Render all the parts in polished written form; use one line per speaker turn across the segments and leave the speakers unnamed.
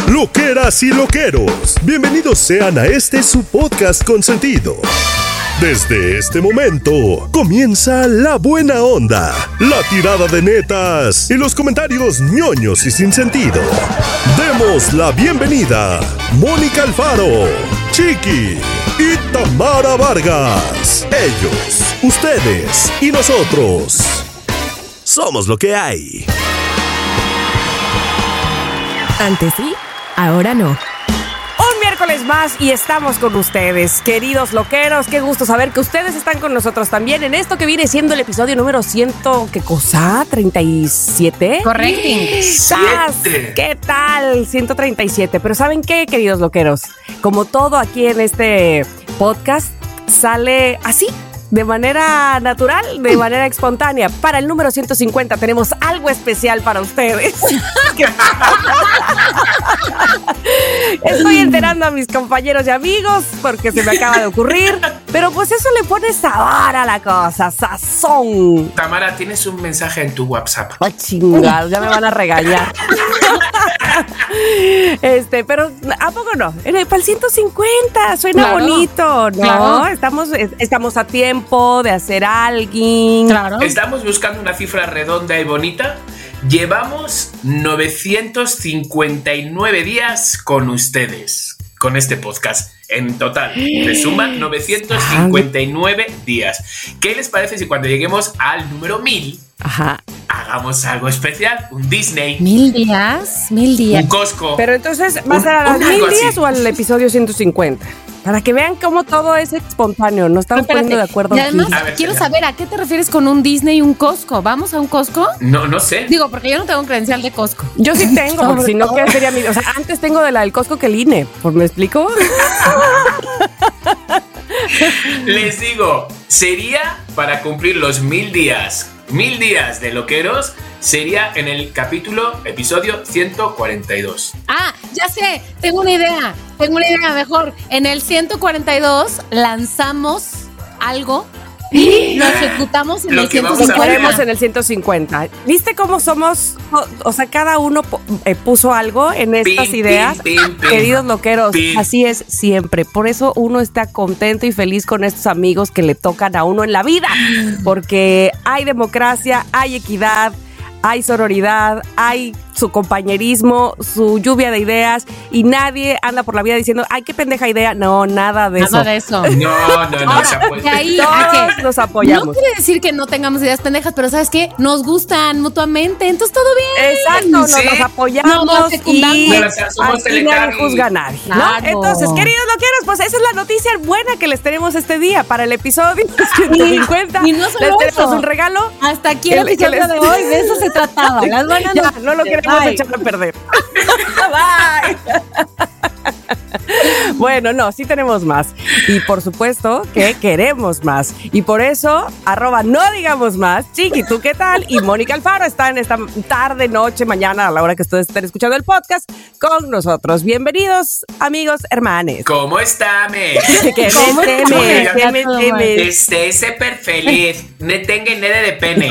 Loqueras y loqueros, bienvenidos sean a este su podcast consentido. Desde este momento comienza la buena onda, la tirada de netas y los comentarios ñoños y sin sentido. Demos la bienvenida Mónica Alfaro, Chiqui y Tamara Vargas. Ellos, ustedes y nosotros somos lo que hay.
Antes sí, ahora no.
Un miércoles más y estamos con ustedes, queridos loqueros. Qué gusto saber que ustedes están con nosotros también en esto que viene siendo el episodio número 100, ¿qué cosa? ¿37?
Correcto.
¿Qué tal? 137. Pero ¿saben qué, queridos loqueros? Como todo aquí en este podcast sale así, de manera natural, de manera espontánea. Para el número 150 tenemos algo especial para ustedes. Estoy enterando a mis compañeros y amigos porque se me acaba de ocurrir, pero pues eso le pone sabor a la cosa, sazón.
Tamara, tienes un mensaje en tu WhatsApp.
¡Ay, chingados! Ya me van a regañar. Pero ¿a poco no? Para el 150 suena
claro,
bonito, ¿no?
Claro.
Estamos a tiempo de hacer algo.
Claro.
Estamos buscando una cifra redonda y bonita. Llevamos 959 días con ustedes, con este podcast. En total, le suman 959 días. ¿Qué les parece si cuando lleguemos al número 1000 hagamos algo especial? Un Disney.
1000 días.
Un Costco.
Pero entonces, ¿va a ser a los 1000 días o al episodio 150? Para que vean cómo todo es espontáneo. Nos estamos poniendo de acuerdo
y además,
aquí.
quiero saber, ¿a qué te refieres con un Disney y un Costco? ¿Vamos a un Costco?
No sé.
Digo, porque yo no tengo un credencial de Costco.
Yo sí tengo, porque si no, ¿qué sería mi...? O sea, antes tengo de la del Costco que el INE. ¿Me explico?
Les digo, sería para cumplir los 1000 días. 1000 días de loqueros sería en el episodio 142.
Ah, ya sé, tengo una idea mejor. En el 142 lanzamos algo y lo ejecutamos en el 150.
Lo haremos en el 150. ¿Viste cómo somos? O sea, cada uno puso algo en estas ideas. Queridos loqueros, así es siempre. Por eso uno está contento y feliz con estos amigos que le tocan a uno en la vida. Porque hay democracia, hay equidad, hay sororidad, hay su compañerismo, su lluvia de ideas y nadie anda por la vida diciendo, ay, qué pendeja idea. No, nada de eso.
Nada de eso.
No.
Ahora, de ahí
todos nos apoyamos.
No quiere decir que no tengamos ideas pendejas, pero ¿sabes qué? Nos gustan mutuamente, entonces todo bien.
Exacto, nos apoyamos y aquí nadie juzga a nadie, ¿no?
Claro.
Entonces, queridos loqueros, pues esa es la noticia buena que les tenemos este día para el episodio 150.
Y no solo
les tenemos
eso.
Un regalo.
Hasta aquí el episodio de hoy, de eso se trataba. Las buenas
Ya, no lo queremos echar a perder. Bye. Bueno, no, sí tenemos más. Y por supuesto que queremos más. Y por eso, @no digamos más, Chiqui, ¿tú qué tal? Y Mónica Alfaro están esta tarde, noche, mañana, a la hora que ustedes estén escuchando el podcast, con nosotros. Bienvenidos, amigos, hermanes.
¿Cómo está, me?
¿Cómo me
Esté súper feliz. Ne tenga nede de pene.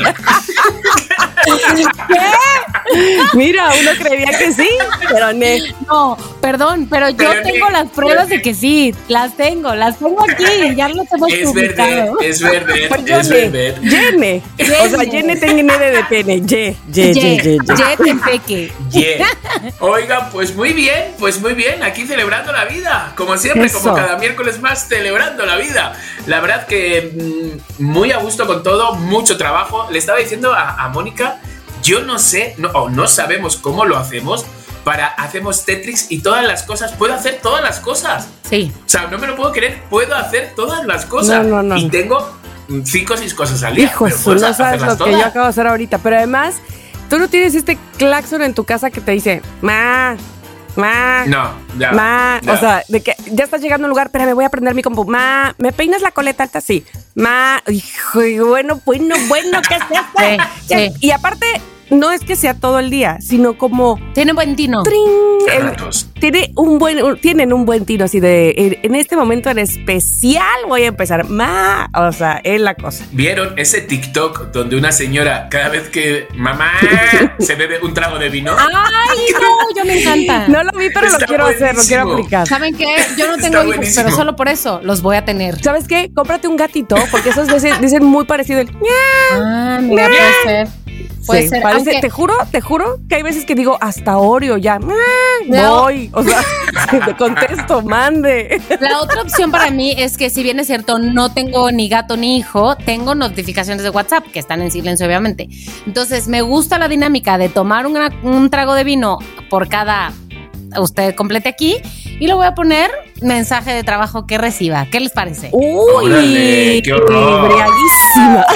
¿Qué? Mira, uno creería que sí, pero
no, perdón, pero yo tengo las pruebas de que sí, las tengo aquí, ya las hemos publicado.
Es verdad.
Yene. O sea, Yene tenga nede de pene. Ye
tempeque.
Oigan, pues muy bien, aquí celebrando la vida, como siempre,
Eso.
como cada miércoles más, celebrando la vida. La verdad que muy a gusto con todo, mucho trabajo. Le estaba diciendo a Mónica, yo no sé, no sabemos cómo lo hacemos. Hacemos Tetris y todas las cosas. Puedo hacer todas las cosas.
Sí.
O sea, no me lo puedo creer. Puedo hacer todas las cosas.
No.
Y tengo 5 o 6 cosas al día.
Hijo, no sabes lo que yo acabo de hacer ahorita. Pero además, tú no tienes este claxon en tu casa que te dice, ma.
No, ya.
Ma, o sea, de que ya estás llegando a un lugar, espérame, voy a prender mi compu. Ma, ¿me peinas la coleta alta? Sí. Ma, hijo, bueno, ¿qué es esto?
Sí.
Y aparte, no es que sea todo el día, sino como...
Tiene buen tino.
Tienen un buen tino, así de, en este momento en especial voy a empezar. O sea, es la cosa.
¿Vieron ese TikTok donde una señora, cada vez que mamá se bebe un trago de vino?
¡Ay, no! Yo me encanta.
No lo vi, pero lo quiero hacer, lo quiero aplicar.
¿Saben qué? Yo no tengo hijos, pero solo por eso los voy a tener.
¿Sabes qué? Cómprate un gatito, porque esos dicen muy parecido el...
Mira, puede ser. Puede ser.
Parece, aunque, te juro que hay veces que digo hasta Oreo ya. Voy. O sea, te contesto, mande.
La otra opción para mí es que, si bien es cierto, no tengo ni gato ni hijo, tengo notificaciones de WhatsApp que están en silencio, obviamente. Entonces, me gusta la dinámica de tomar un trago de vino por cada... Usted complete aquí y le voy a poner mensaje de trabajo que reciba. ¿Qué les parece?
¡Uy!
¡Órale, qué horror!
Briaguísima.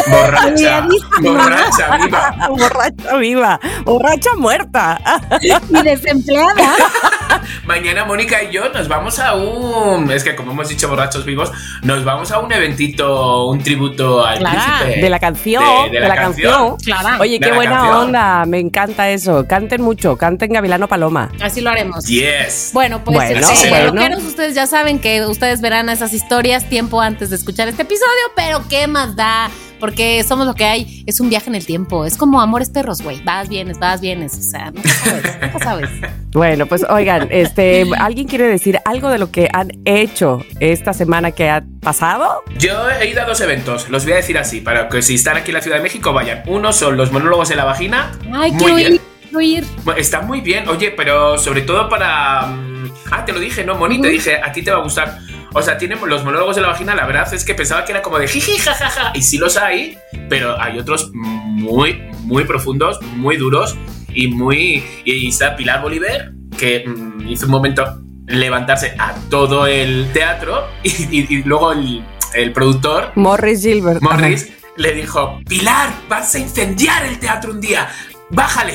Borracha viva.
Borracha viva. Borracha muerta.
Y desempleada.
Mañana Mónica y yo nos vamos a es que como hemos dicho borrachos vivos, nos vamos a un eventito, un tributo al príncipe.
De la canción. De la canción.
Claro.
Oye, qué buena onda. Me encanta eso. Canten mucho. Canten Gavilano Paloma.
Así lo haremos.
Yes.
Bueno, pues rockeros, ustedes ya saben que ustedes verán esas historias tiempo antes de escuchar este episodio, pero ¿qué más da? Porque somos lo que hay. Es un viaje en el tiempo. Es como Amores Perros, güey. Vas, vienes. O sea, nunca sabes.
Bueno, pues oigan, ¿alguien quiere decir algo de lo que han hecho esta semana que ha pasado?
Yo he ido a 2 eventos, los voy a decir así, para que si están aquí en la Ciudad de México vayan. Uno son los monólogos de la vagina.
Ay, muy bien.
Bueno, está muy bien, oye, pero sobre todo para... te lo dije, ¿no, Moni? Te dije, a ti te va a gustar. O sea, tienen los monólogos de la vagina, la verdad es que pensaba que era como de jiji, jajaja, y sí los hay, pero hay otros muy, muy profundos, muy duros, y está Pilar Bolívar, que hizo un momento levantarse a todo el teatro, y luego el productor...
Morris Gilbert.
Le dijo, Pilar, vas a incendiar el teatro un día. ¡Bájale!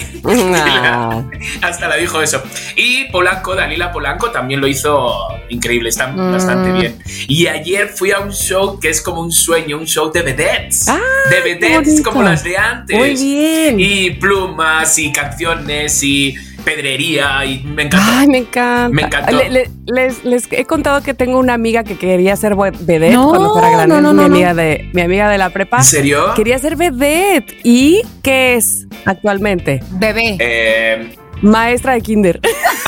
Hasta le dijo eso. Y Dalila Polanco también lo hizo increíble, está bastante bien. Y ayer fui a un show que es como un sueño, un show de vedettes. De vedettes como las de antes.
Muy bien.
Y plumas y canciones y pedrería y me encantó.
Ay, me encanta.
Me encantó.
Les he contado que tengo una amiga que quería ser vedette cuando fuera grande. Mi amiga de la prepa.
¿En serio?
Quería ser vedette. ¿Y qué es actualmente?
Bebé.
Maestra de kinder.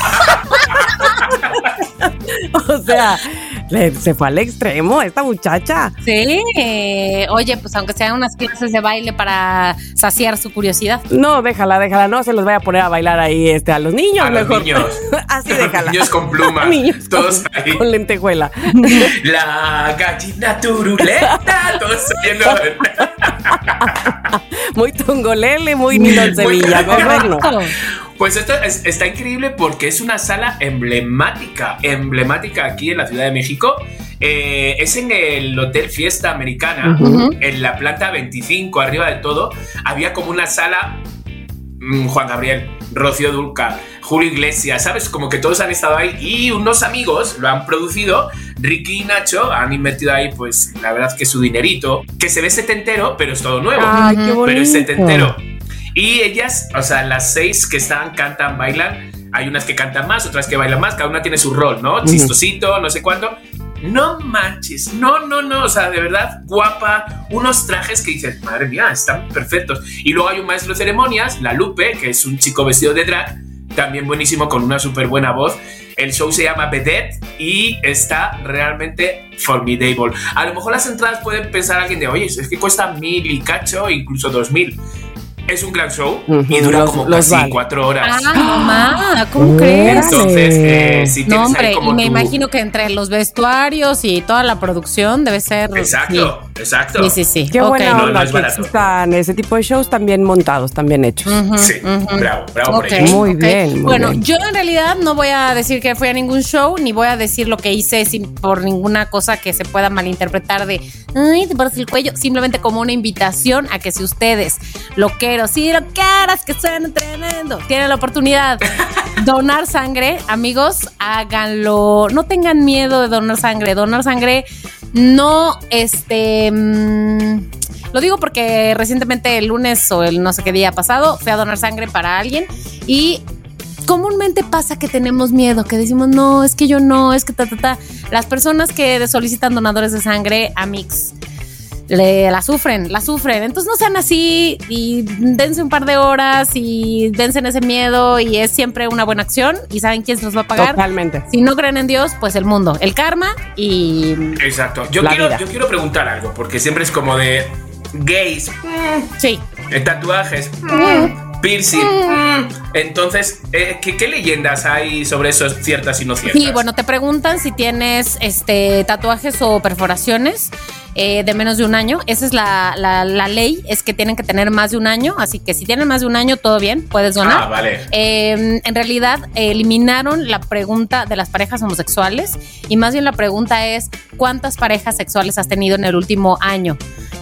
O sea, se fue al extremo esta muchacha.
Sí. Oye, pues aunque sean unas clases de baile para saciar su curiosidad.
No, déjala, no se los vaya a poner a bailar ahí a los niños.
A
mejor.
Los niños.
Así déjala.
Niños con plumas.
Niños
todos ahí.
Con lentejuela.
La gallina turuleta. Todos saliendo.
Muy tongolele, muy Nilón Sevilla. Mejor no.
Pues esto está increíble porque es una sala emblemática aquí en la Ciudad de México. Es en el Hotel Fiesta Americana, en la planta 25, arriba de todo. Había como una sala, Juan Gabriel, Rocío Dúrcal, Julio Iglesias, ¿sabes? Como que todos han estado ahí y unos amigos lo han producido. Ricky y Nacho han invertido ahí, pues la verdad que su dinerito, que se ve setentero, pero es todo nuevo.
Ay, qué bonito.
Pero es setentero. Y ellas, o sea, las 6 que están, cantan, bailan. Hay unas que cantan más, otras que bailan más. Cada una tiene su rol, ¿no? Chistosito, no sé cuánto. No manches, no. O sea, de verdad, guapa. Unos trajes que dices, madre mía, están perfectos. Y luego hay un maestro de ceremonias, La Lupe, que es un chico vestido de drag. También buenísimo, con una súper buena voz. El show se llama Vedette y está realmente formidable. A lo mejor las entradas pueden pensar alguien de, oye, es que cuesta 1,000 y cacho, incluso 2,000. Es un gran show y dura como casi 4 horas.
Mamá, ¿cómo crees?
Entonces, si tienes
hombre,
ahí como
y me imagino que entre los vestuarios y toda la producción debe ser...
Exacto.
Sí.
Qué buena onda
es
que existan ese tipo de shows también montados, también hechos.
Sí, bravo por ello.
Muy bien.
Bueno, yo en realidad no voy a decir que fui a ningún show, ni voy a decir lo que hice por ninguna cosa que se pueda malinterpretar de, ay, te parece el cuello, simplemente como una invitación a que si ustedes loqueros que suenan tremendo, tienen la oportunidad de donar sangre, amigos, háganlo, no tengan miedo de donar sangre no Lo digo porque recientemente el lunes o el no sé qué día pasado fui a donar sangre para alguien y comúnmente pasa que tenemos miedo, que decimos, no, es que yo no, es que Las personas que solicitan donadores de sangre, amigos, la sufren. Entonces no sean así y dense un par de horas y dense en ese miedo y es siempre una buena acción y ¿saben quién se los va a pagar?
Totalmente.
Si no creen en Dios, pues el mundo, el karma y...
Exacto. Yo quiero preguntar algo, porque siempre es como de gays,
sí,
tatuajes, piercing. Entonces, ¿qué leyendas hay sobre eso, ciertas y no ciertas?
Sí, bueno, te preguntan si tienes tatuajes o perforaciones de menos de un año. Esa es la ley, es que tienen que tener más de un año, así que si tienen más de un año, todo bien, puedes donar.
Ah, vale.
En realidad, eliminaron la pregunta de las parejas homosexuales y más bien la pregunta es, ¿cuántas parejas sexuales has tenido en el último año?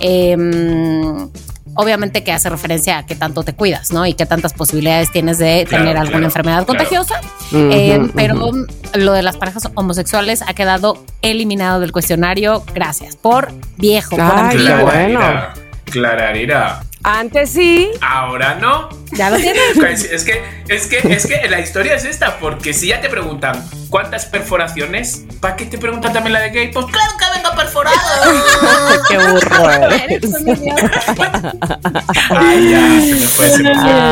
Obviamente que hace referencia a qué tanto te cuidas, ¿no? Y qué tantas posibilidades tienes de tener alguna enfermedad contagiosa. Pero lo de las parejas homosexuales ha quedado eliminado del cuestionario. Gracias por viejo, por antiguo.
Bueno.
Clararira.
Antes sí.
Ahora no.
¿Ya lo tienes?
Es que la historia es esta, porque si ya te preguntan cuántas perforaciones, ¿para qué te preguntan también la de gay? Pues claro que vengo perforado.
Qué burro
Eres un idiota.
Ay, ya, se me fue.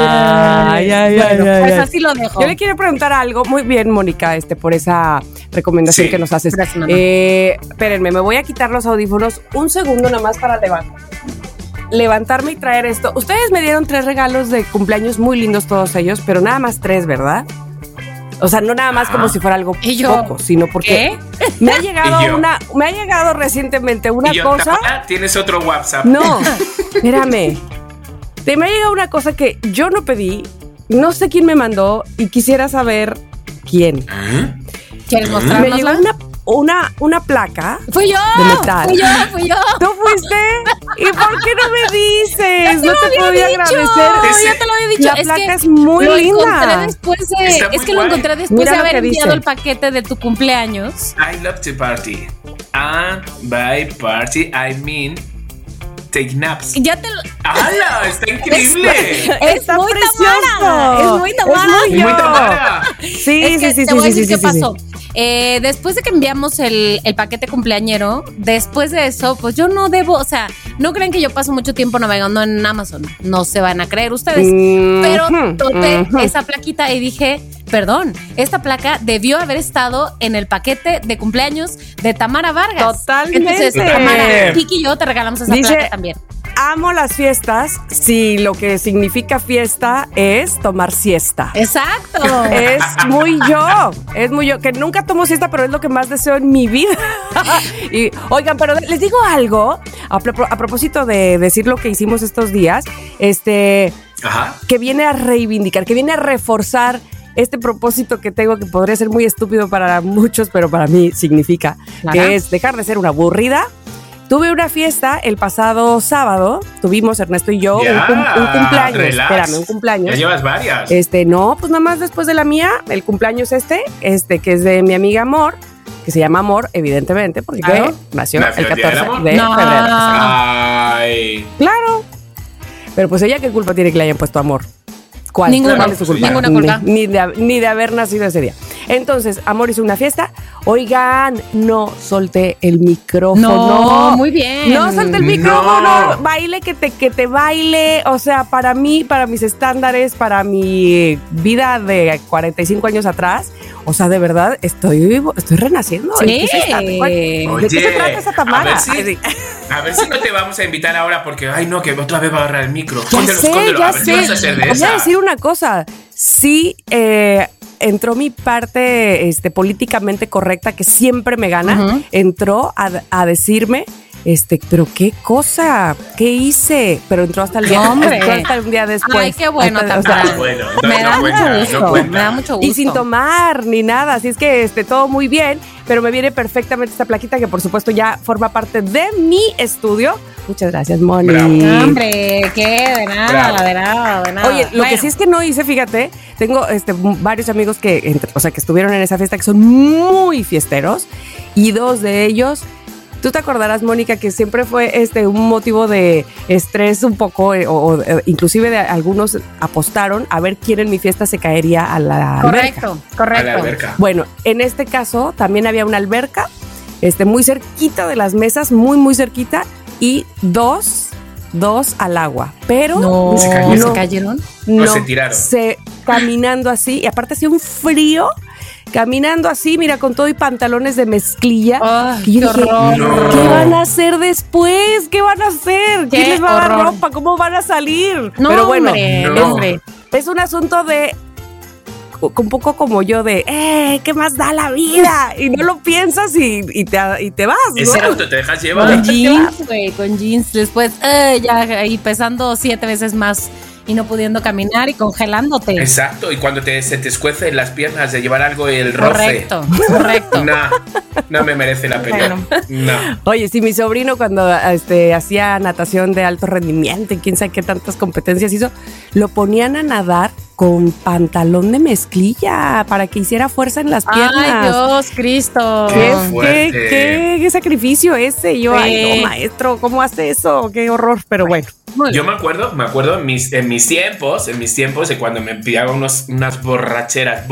Pues así lo dejo.
Yo le quiero preguntar algo. Muy bien, Mónica, por esa recomendación que nos haces.
Gracias,
Espérenme, me voy a quitar los audífonos un segundo nada más para levantarme y traer esto. Ustedes me dieron 3 regalos de cumpleaños muy lindos todos ellos, pero nada más 3, ¿verdad? O sea, no nada más como si fuera algo poco, sino porque me ha llegado recientemente una cosa.
¿Tamara? ¿Tienes otro WhatsApp?
No, espérame. Me ha llegado una cosa que yo no pedí, no sé quién me mandó y quisiera saber quién.
¿Quieres mostrárnosla?
Me llegó una placa.
Fui yo.
De metal.
Fui yo.
¿Tú fuiste? ¿Y por qué no me dices? No te podía agradecer.
Ya te lo había dicho.
La placa es muy linda.
Lo encontré después de haber enviado el paquete de tu cumpleaños.
I love to party. And by party, I mean take naps.
Ya te lo...
¡Hala! ¡Está increíble!
Es muy
precioso.
Tamara. Es muy Tamara.
Es muy
Tamara.
Sí,
te voy a decir qué pasó. Después de que enviamos el paquete cumpleañero, después de eso, pues yo no debo, o sea, no creen que yo paso mucho tiempo navegando en Amazon, no se van a creer ustedes, pero topé esa plaquita y dije, perdón, esta placa debió haber estado en el paquete de cumpleaños de Tamara Vargas.
Totalmente.
Entonces, Tamara, Kiki y yo te regalamos esa placa también.
Amo las fiestas si lo que significa fiesta es tomar siesta.
Exacto.
Es muy yo, que nunca tomo siesta, pero es lo que más deseo en mi vida. Y oigan, pero les digo algo, a propósito de decir lo que hicimos estos días, que viene a reivindicar, que viene a reforzar este propósito que tengo, que podría ser muy estúpido para muchos, pero para mí significa, que es dejar de ser una aburrida. Tuve una fiesta el pasado sábado, tuvimos Ernesto y yo un cumpleaños.
Relax.
Espérame, un cumpleaños.
Ya llevas varias.
No, pues nada más después de la mía, el cumpleaños que es de mi amiga Amor, que se llama Amor, evidentemente, porque nació el 14 de febrero.
Ay.
Claro. Pero pues ella, ¿qué culpa tiene que le hayan puesto Amor? ¿Cuál?
Ninguna.
¿Cuál es su culpa?
Ninguna culpa.
Ni de haber nacido ese día. Entonces, Amor hizo una fiesta. Oigan, no solté el micrófono.
No, muy bien.
No solté el micrófono. Baile que te baile. O sea, para mí, para mis estándares, para mi vida de 45 años atrás. O sea, de verdad, estoy renaciendo.
Sí.
¿De qué se trata esa Tamara?
A ver si no te vamos a invitar ahora porque, ay no, que otra vez va a agarrar el micro.
Ya
A ver si vas a ser de esa.
Voy a decir una cosa. Sí, entró mi parte políticamente correcta, que siempre me gana. Entró a decirme, pero qué cosa, qué hice, pero entró hasta el día, hasta un día después.
Ay, qué bueno,
Bueno,
me da mucho gusto, me da mucho gusto.
Y sin tomar ni nada, así es que todo muy bien, pero me viene perfectamente esta plaquita que por supuesto ya forma parte de mi estudio. Muchas gracias, Moni.
Hombre, de nada.
Oye, lo que sí es que no hice, fíjate, tengo varios amigos que estuvieron en esa fiesta, que son muy fiesteros, y 2 de ellos Tú te acordarás, Mónica, que siempre fue un motivo de estrés un poco, inclusive de algunos apostaron a ver quién en mi fiesta se caería a la alberca.
Correcto.
A la alberca.
Bueno, en este caso también había una alberca, muy cerquita de las mesas, muy, muy cerquita, y dos al agua. Pero
no,
¿Se
cayeron?
No,
se tiraron.
Caminando así, y aparte hacía un frío, caminando así, mira, con todo y pantalones de mezclilla.
Y yo dije,
¿qué van a hacer después? ¿Qué van a hacer? ¿Quién les va a dar ropa? ¿Cómo van a salir?
No,
pero bueno,
hombre.
Es un asunto de un poco como yo de, ¿qué más da la vida? Y no lo piensas y te vas, ¿no?
Ese auto te dejas llevar.
Con jeans, güey, con jeans. Después, ya ahí pesando 7 veces más y no pudiendo caminar y congelándote.
Exacto, y cuando se te escuecen las piernas de llevar algo el roce.
Correcto.
No me merece la pena.
Bueno.
No.
Oye, si mi sobrino cuando hacía natación de alto rendimiento y quién sabe qué tantas competencias hizo, lo ponían a nadar con pantalón de mezclilla para que hiciera fuerza en las piernas.
¡Ay, Dios, Cristo!
¿Qué sacrificio ese? Yo, ay, no, maestro, ¿cómo hace eso? ¡Qué horror! Pero bueno.
Yo me acuerdo en mis tiempos de cuando me pillaba unas borracheras.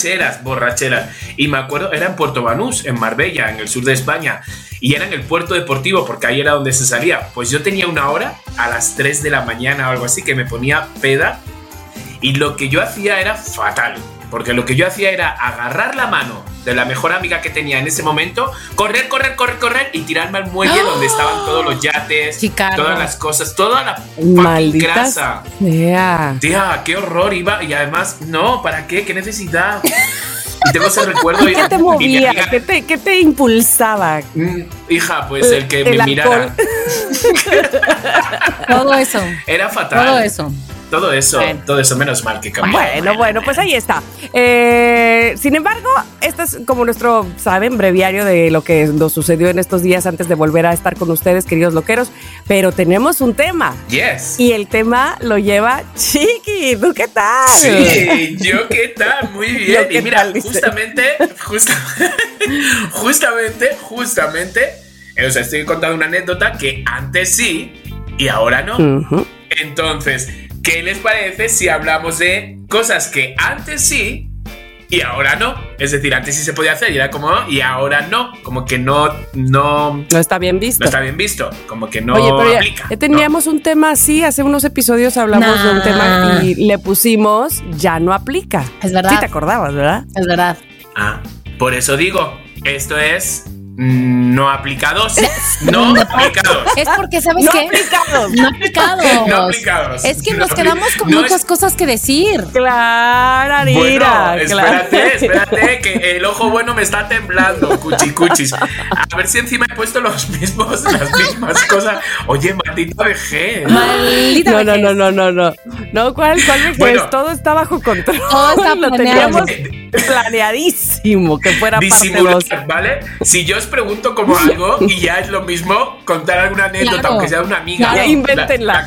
Y me acuerdo, era en Puerto Banús, en Marbella, en el sur de España. Y era en el puerto deportivo, porque ahí era donde se salía. Pues yo tenía una hora a las 3 de la mañana o algo así, que me ponía peda. Y lo que yo hacía era fatal, porque lo que yo hacía era agarrar la mano de la mejor amiga que tenía en ese momento, correr y tirarme al muelle donde estaban todos los yates,
Chicago.
Todas las cosas, toda la
maldita
grasa. Tía, qué horror iba. Y además, no, ¿para qué? ¿Qué necesidad? Y tengo ese recuerdo.
¿Qué te movía? ¿Qué te impulsaba?
Hija, pues el que me mirara.
Todo eso.
Era fatal. Todo eso, menos mal que cambió.
Bueno, pues ahí está. Sin embargo, este es como nuestro, ¿saben? Breviario de lo que nos sucedió en estos días antes de volver a estar con ustedes, queridos loqueros. Pero tenemos un tema.
Yes.
Y el tema lo lleva Chiqui. ¿Tú qué tal?
Sí, yo qué tal, muy bien. Y mira, justamente, estoy contando una anécdota que antes sí y ahora no.
Uh-huh.
Entonces, ¿qué les parece si hablamos de cosas que antes sí y ahora no? Es decir, antes sí se podía hacer y era como y ahora no, como que no
está bien visto.
No está bien visto, como que no.
Oye, pero
aplica.
Ya teníamos un tema así, hace unos episodios hablamos de un tema y le pusimos ya no aplica.
Es verdad.
Sí te acordabas, ¿verdad?
Es verdad.
Por eso digo, esto es no aplicados. No aplicados.
Es porque, ¿sabes qué? No aplicados. Es que nos quedamos con muchas cosas que decir.
Claro,
Bueno, espérate, que el ojo bueno me está temblando, cuchicuchis. A ver si encima he puesto las mismas cosas. Oye, maldita vejez.
Maldita vejez.
No, ¿cuál vejez? Bueno, todo está bajo control.
Todo está
lo teníamos planeadísimo que fuera
disimular,
parte 2.
¿vale? Si yo os pregunto como algo y ya es lo mismo contar alguna anécdota, aunque sea de una amiga.
Claro.
Invéntenla.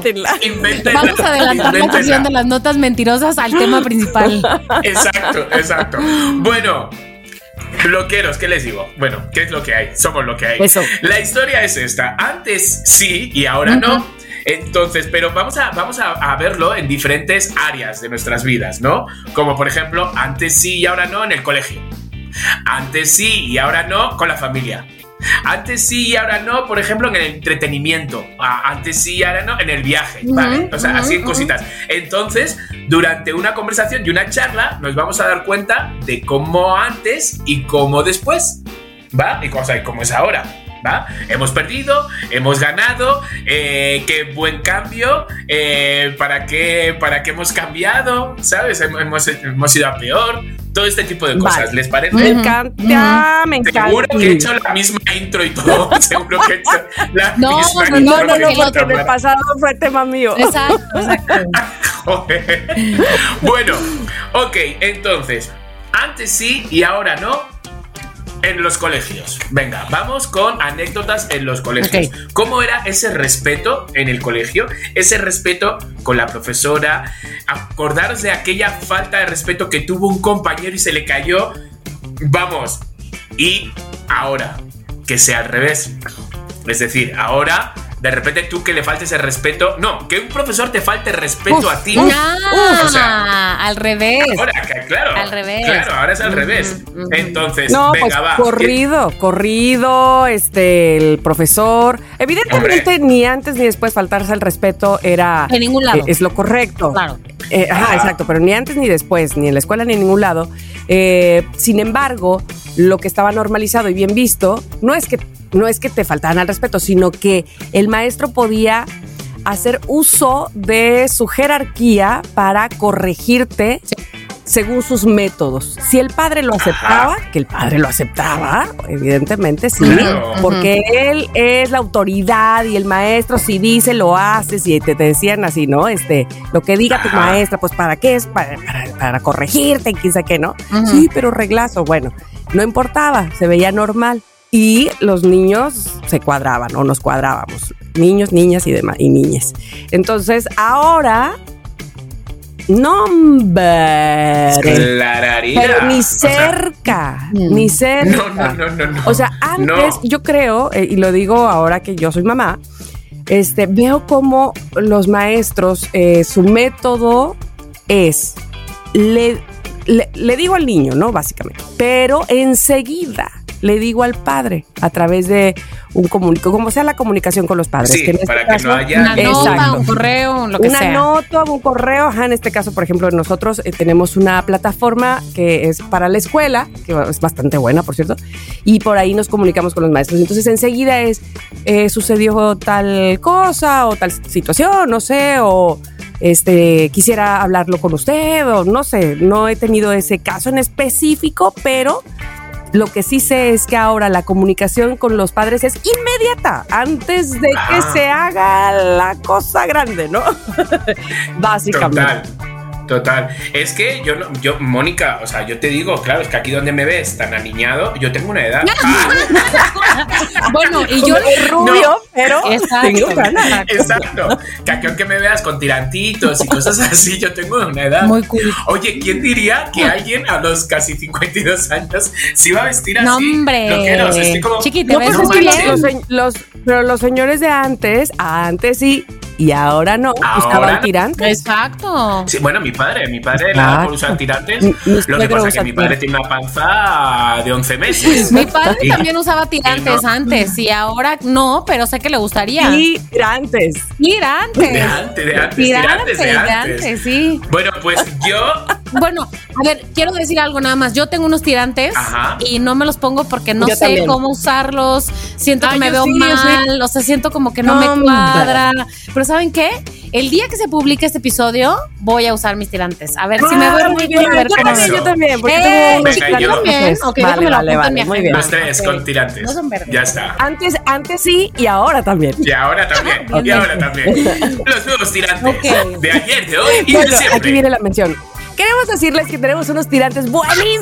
Vamos a adelantar la canción de las notas mentirosas al tema principal.
Exacto. Bueno, bloqueros, ¿qué les digo? Bueno, ¿qué es lo que hay? Somos lo que hay.
Eso.
La historia es esta. Antes sí y ahora no. Entonces, pero vamos a verlo en diferentes áreas de nuestras vidas, ¿no? Como por ejemplo, antes sí y ahora no en el colegio. Antes sí y ahora no con la familia. Antes sí y ahora no, por ejemplo, en el entretenimiento. Antes sí y ahora no en el viaje, ¿vale? O sea, así cositas. Entonces, durante una conversación y una charla, nos vamos a dar cuenta de cómo antes y cómo después, ¿va? Y cómo es ahora. ¿Va? Hemos perdido, hemos ganado, qué buen cambio, ¿para qué hemos cambiado? ¿Sabes? Hemos ido a peor, todo este tipo de cosas, vale. ¿Les parece?
Me encanta, me encanta.
Seguro que he hecho la misma intro y todo, seguro que he hecho la misma intro.
No, porque en el pasado fue tema mío.
Exacto.
Bueno, ok, entonces, antes sí y ahora no. En los colegios. Venga, vamos con anécdotas en los colegios. Okay. ¿Cómo era ese respeto en el colegio? Ese respeto con la profesora. Acordaros de aquella falta de respeto que tuvo un compañero y se le cayó. Vamos. Y ahora. que sea al revés. Es decir, ahora, de repente tú que le faltes el respeto... No, que un profesor te falte respeto a ti.
O sea, al revés.
Ahora, claro.
Al revés.
Claro, ahora es al revés. Entonces,
no,
venga,
pues,
va.
corrido, el profesor. Evidentemente, ni antes ni después faltarse el respeto era...
En ningún lado.
Es lo correcto.
Claro.
Exacto, pero ni antes ni después, ni en la escuela ni en ningún lado. Sin embargo, lo que estaba normalizado y bien visto, no es que te faltaran al respeto, sino que el maestro podía hacer uso de su jerarquía para corregirte según sus métodos. Si el padre lo aceptaba, que el padre lo aceptaba, evidentemente sí, porque él es la autoridad y el maestro si dice lo haces y te decían así, ¿no? Lo que diga tu maestra, pues ¿para qué es? Para corregirte y quién sabe qué, ¿no? Sí, pero reglazo, bueno, no importaba, se veía normal. Y los niños se cuadraban o nos cuadrábamos, niños, niñas y demás, y niñas. Entonces, ahora, pero ni cerca, ni cerca.
No.
O sea, antes, yo creo, y lo digo ahora que yo soy mamá, veo como los maestros, su método es, le digo al niño, ¿no? Básicamente, pero enseguida le digo al padre a través de un comunicado, como sea la comunicación con los padres.
Sí,
que en
para
caso,
que no haya...
Una nota, un correo, lo que sea.
Una nota, un correo. En este caso, por ejemplo, nosotros tenemos una plataforma que es para la escuela, que es bastante buena, por cierto, y por ahí nos comunicamos con los maestros. Entonces, enseguida sucedió tal cosa o tal situación, no sé, o... quisiera hablarlo con usted o no sé, no he tenido ese caso en específico, pero lo que sí sé es que ahora la comunicación con los padres es inmediata, antes de que se haga la cosa grande, ¿no? Básicamente.
Total. Es que yo, Mónica, o sea, yo te digo, claro, es que aquí donde me ves tan aniñado, yo tengo una edad.
Bueno, y yo
rubio, pero tengo ganas.
Exacto. Que aquí aunque me veas con tirantitos y cosas así, yo tengo una edad.
Muy cool.
Oye, ¿quién diría que alguien a los casi 52 años se iba a vestir así?
No, hombre.
Loqueros, estoy como...
Chiquita,
no, pues es que pero los señores de antes sí, y ahora no, buscaban tirantes.
Exacto.
Sí, bueno, mi padre le da por usar tirantes. Lo que pasa es que mi padre tiene una panza de 11 meses.
Mi padre también usaba tirantes antes y ahora no, pero sé que le gustaría.
Tirantes.
De antes,
sí.
Bueno, pues yo...
Bueno, a ver, quiero decir algo nada más. Yo tengo unos tirantes y no me los pongo porque no sé
también.
cómo usarlos. Siento que me veo mal, o sea, siento como que no me cuadra. Pero ¿saben qué? El día que se publique este episodio, voy a usar mis tirantes. A ver si me veo muy bien.
Yo también, porque tengo unos tirantes.
Ok,
vale, muy bien.
Los tres con tirantes.
No son verdes.
Ya está.
Antes sí y ahora también.
Y ahora también. Los nuevos tirantes de ayer, de hoy y de siempre.
Aquí viene la mención. Queremos decirles que tenemos unos tirantes buenísimos.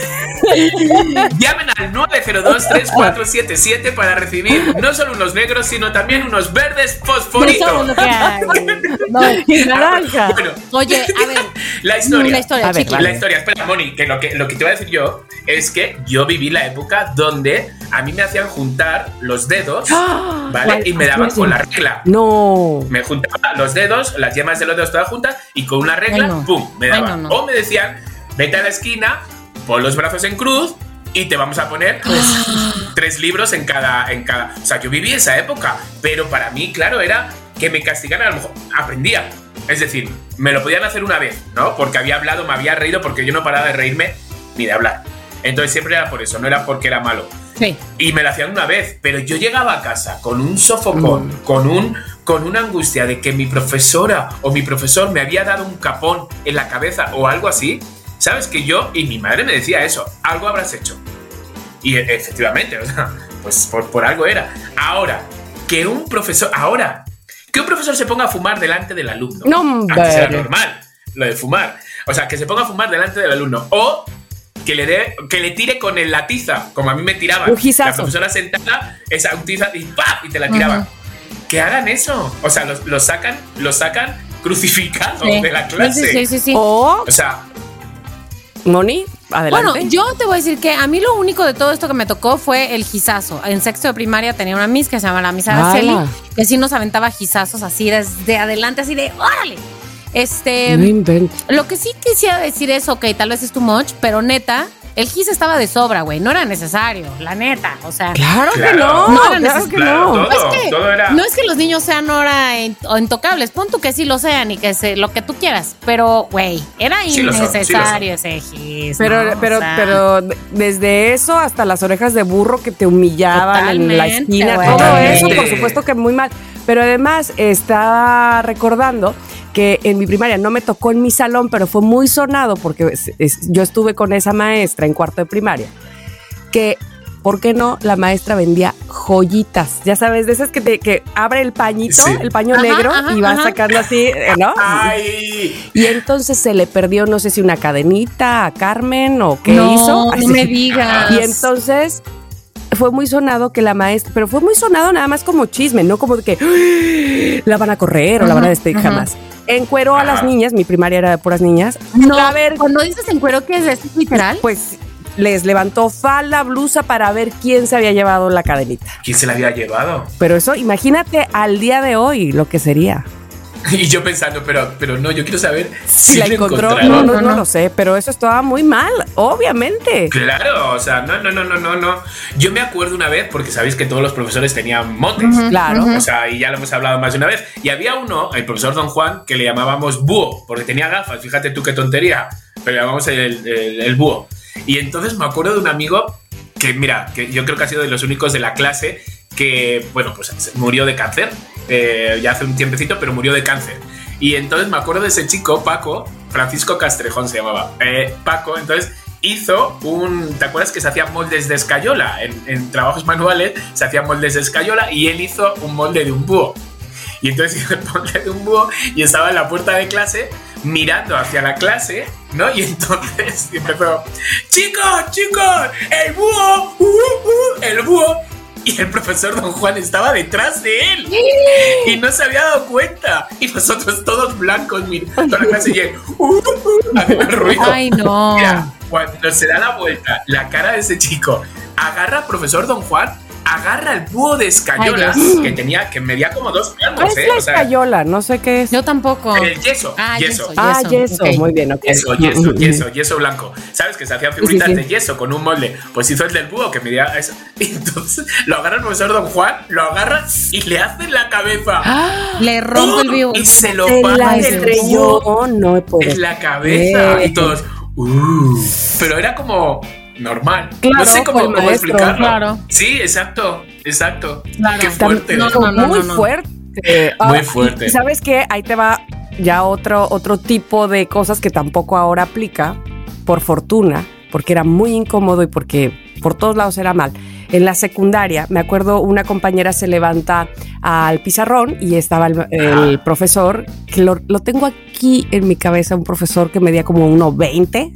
Llamen al 902-3477 para recibir no solo unos negros, sino también unos verdes fosforitos.
No sabes lo que hay.
Y naranja.
Bueno,
oye, a ver.
La historia.
La
historia. Espera, Moni, que lo que te voy a decir yo es que yo viví la época donde a mí me hacían juntar los dedos, ¿vale? Y me daban con la regla.
No.
Me juntaba los dedos, las yemas de los dedos todas juntas y con una regla, ¡pum! Me daban.
No.
O me decían, vete a la esquina, pon los brazos en cruz y te vamos a poner 3 libros en cada... O sea, yo viví esa época, pero para mí, claro, era que me castigaran, a lo mejor aprendía. Es decir, me lo podían hacer una vez, ¿no? Porque había hablado, me había reído, porque yo no paraba de reírme ni de hablar. Entonces siempre era por eso, no era porque era malo.
Sí.
Y me lo hacían una vez, pero yo llegaba a casa con un sofocón, con una angustia de que mi profesora o mi profesor me había dado un capón en la cabeza o algo así. ¿Sabes? Que yo, y mi madre me decía eso, algo habrás hecho. Y efectivamente, o sea, pues por algo era. Ahora, que un profesor se ponga a fumar delante del alumno.
No,
antes era normal lo de fumar. O sea, que se ponga a fumar delante del alumno. O que le tire con la tiza, como a mí me tiraban.
Un gizazo.
La profesora sentada, esa tiza y ¡pap! Y te la tiraban. Que hagan eso. O sea, lo sacan crucificado de la clase.
Sí.
O
sea,
Moni, Adelante.
Bueno, yo te voy a decir que a mí lo único de todo esto que me tocó fue el gizazo. En sexto de primaria tenía una miss que se llama la Miss Araceli, que sí nos aventaba gizazos así desde adelante, así de ¡órale!
No inventes.
Lo que sí quisiera decir es, ok, tal vez es too much, pero neta, el gis estaba de sobra, güey. No era necesario, la neta. O sea,
Claro que
Claro.
no.
No era
Claro que
Claro,
no.
todo era...
no es que los niños sean ahora intocables. Pon tú que sí lo sean y que lo que tú quieras. Pero, güey, era
Sí lo son,
innecesario ese gis.
Pero,
¿no?
pero,
O sea,
pero desde eso hasta las orejas de burro que te humillaban en la
Totalmente,
esquina,
güey.
todo
Totalmente.
eso, por supuesto que muy mal. Pero además estaba recordando que en mi primaria no me tocó en mi salón, pero fue muy sonado porque yo estuve con esa maestra en cuarto de primaria, que, ¿por qué no? La maestra vendía joyitas, ya sabes, de esas que abre el pañito,
Sí.
el paño
Ajá,
negro,
ajá,
y va
ajá.
sacando así, ¿no?
¡Ay!
Y entonces se le perdió, no sé si una cadenita a Carmen o qué
no,
hizo.
no
Así.
me digas.
Y entonces fue muy sonado que la maestra, pero fue muy sonado nada más como chisme, no como de que ¡ay! La van a correr o la van a despedir,
Ajá.
jamás. Encueró a
Ajá.
las niñas, mi primaria era de puras niñas.
No,
A ver,
cuando dices en cuero, ¿qué es literal?
pues les levantó falda, blusa para ver quién se había llevado la cadenita.
¿Quién se la había llevado?
Pero eso, imagínate al día de hoy lo que sería.
Y yo pensando, pero no, yo quiero saber
Si la
lo
encontró,
encontraron.
no
No.
lo sé, pero eso estaba muy mal, obviamente.
Claro, o sea, no. Yo me acuerdo una vez, porque sabéis que todos los profesores tenían motes.
Claro.
O sea, y ya lo hemos hablado más de una vez. Y había uno, el profesor Don Juan, que le llamábamos búho, porque tenía gafas. Fíjate tú qué tontería. Pero le llamamos el búho. Y entonces me acuerdo de un amigo que, mira, que yo creo que ha sido de los únicos de la clase que, bueno, pues murió de cáncer. Ya hace un tiempecito, pero murió de cáncer. Y entonces me acuerdo de ese chico, Paco, Francisco Castrejón se llamaba. Paco, entonces hizo ¿te acuerdas que se hacían moldes de escayola? En trabajos manuales se hacían moldes de escayola y él hizo un molde de un búho. Y entonces hizo el molde de un búho y estaba en la puerta de clase mirando hacia la clase, ¿no? Y entonces empezó, chicos, el búho, el búho. Y el profesor Don Juan estaba detrás de él y no se había dado cuenta. Y nosotros todos blancos, mira, toda la clase y él, haciendo el ruido.
Ay, no.
Mira, cuando se da la vuelta, la cara de ese chico, agarra al profesor Don Juan, agarra el búho de escayola
Ay,
que medía como 2
¿Cuál
metros,
es la
o sea,
escayola? No sé qué es.
Yo tampoco.
el yeso,
Ah,
yeso.
Yeso.
Ok.
Muy bien, ok.
Yeso blanco. ¿Sabes? Que se hacían figuritas
Sí.
de yeso con un molde. Pues hizo el del búho que medía eso. Y entonces lo agarra el profesor Don Juan, lo agarra y le hace en la cabeza.
Le rompo el vivo.
Y se lo
Se la
parte el
estrelló.
búho
No puedo.
en la cabeza.
creer.
Y todos. Pero era como normal.
Claro,
no sé cómo
fue el maestro,
explicarlo.
claro.
Sí, exacto.
Claro.
Qué fuerte.
No,
Muy
no.
fuerte.
Muy fuerte.
Y ¿sabes qué? Ahí te va ya otro tipo de cosas que tampoco ahora aplica, por fortuna, porque era muy incómodo y porque por todos lados era mal. En la secundaria, me acuerdo, una compañera se levanta al pizarrón y estaba el profesor, que lo tengo aquí en mi cabeza, un profesor que medía como 1.20,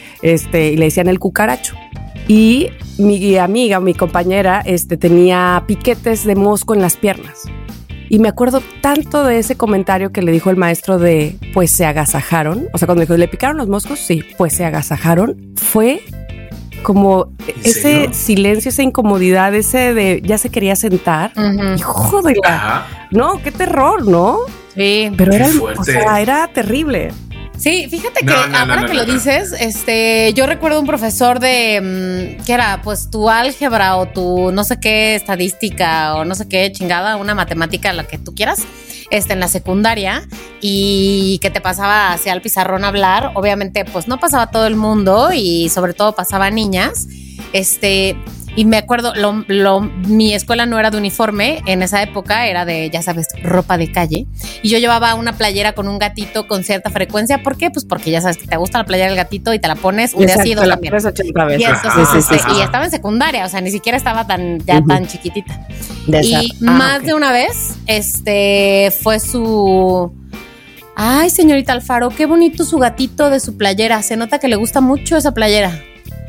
y le decían el cucaracho. Y mi amiga, mi compañera, tenía piquetes de mosco en las piernas. Y me acuerdo tanto de ese comentario que le dijo el maestro de, pues se agasajaron. O sea, cuando dijo, ¿le picaron los moscos? Sí, pues se agasajaron. Fue como ese
serio?
silencio, esa incomodidad, ese de ya se quería sentar.
Ujú.
Y joder,
Ajá.
no, qué terror, ¿no?
Sí.
Pero
Qué
era,
fuerte.
o sea, era terrible.
Sí, fíjate que
No,
ahora que lo dices, yo recuerdo un profesor de, ¿qué era? Pues tu álgebra o tu no sé qué estadística o no sé qué chingada, una matemática, la que tú quieras, en la secundaria, y que te pasaba hacia el pizarrón a hablar. Obviamente, pues no pasaba todo el mundo y sobre todo pasaba niñas, y me acuerdo, mi escuela no era de uniforme, en esa época era de, ya sabes, ropa de calle. Y yo llevaba una playera con un gatito con cierta frecuencia. ¿Por qué? Pues porque ya sabes que te gusta la playera del gatito y te la pones un día sí, dos
la
también.
pones 80 veces.
Y, entonces,
Ajá.
y estaba en secundaria, o sea, ni siquiera estaba tan chiquitita.
De
Y
esa-
más
ok.
de una vez, fue su... Ay, señorita Alfaro, qué bonito su gatito de su playera. Se nota que le gusta mucho esa playera.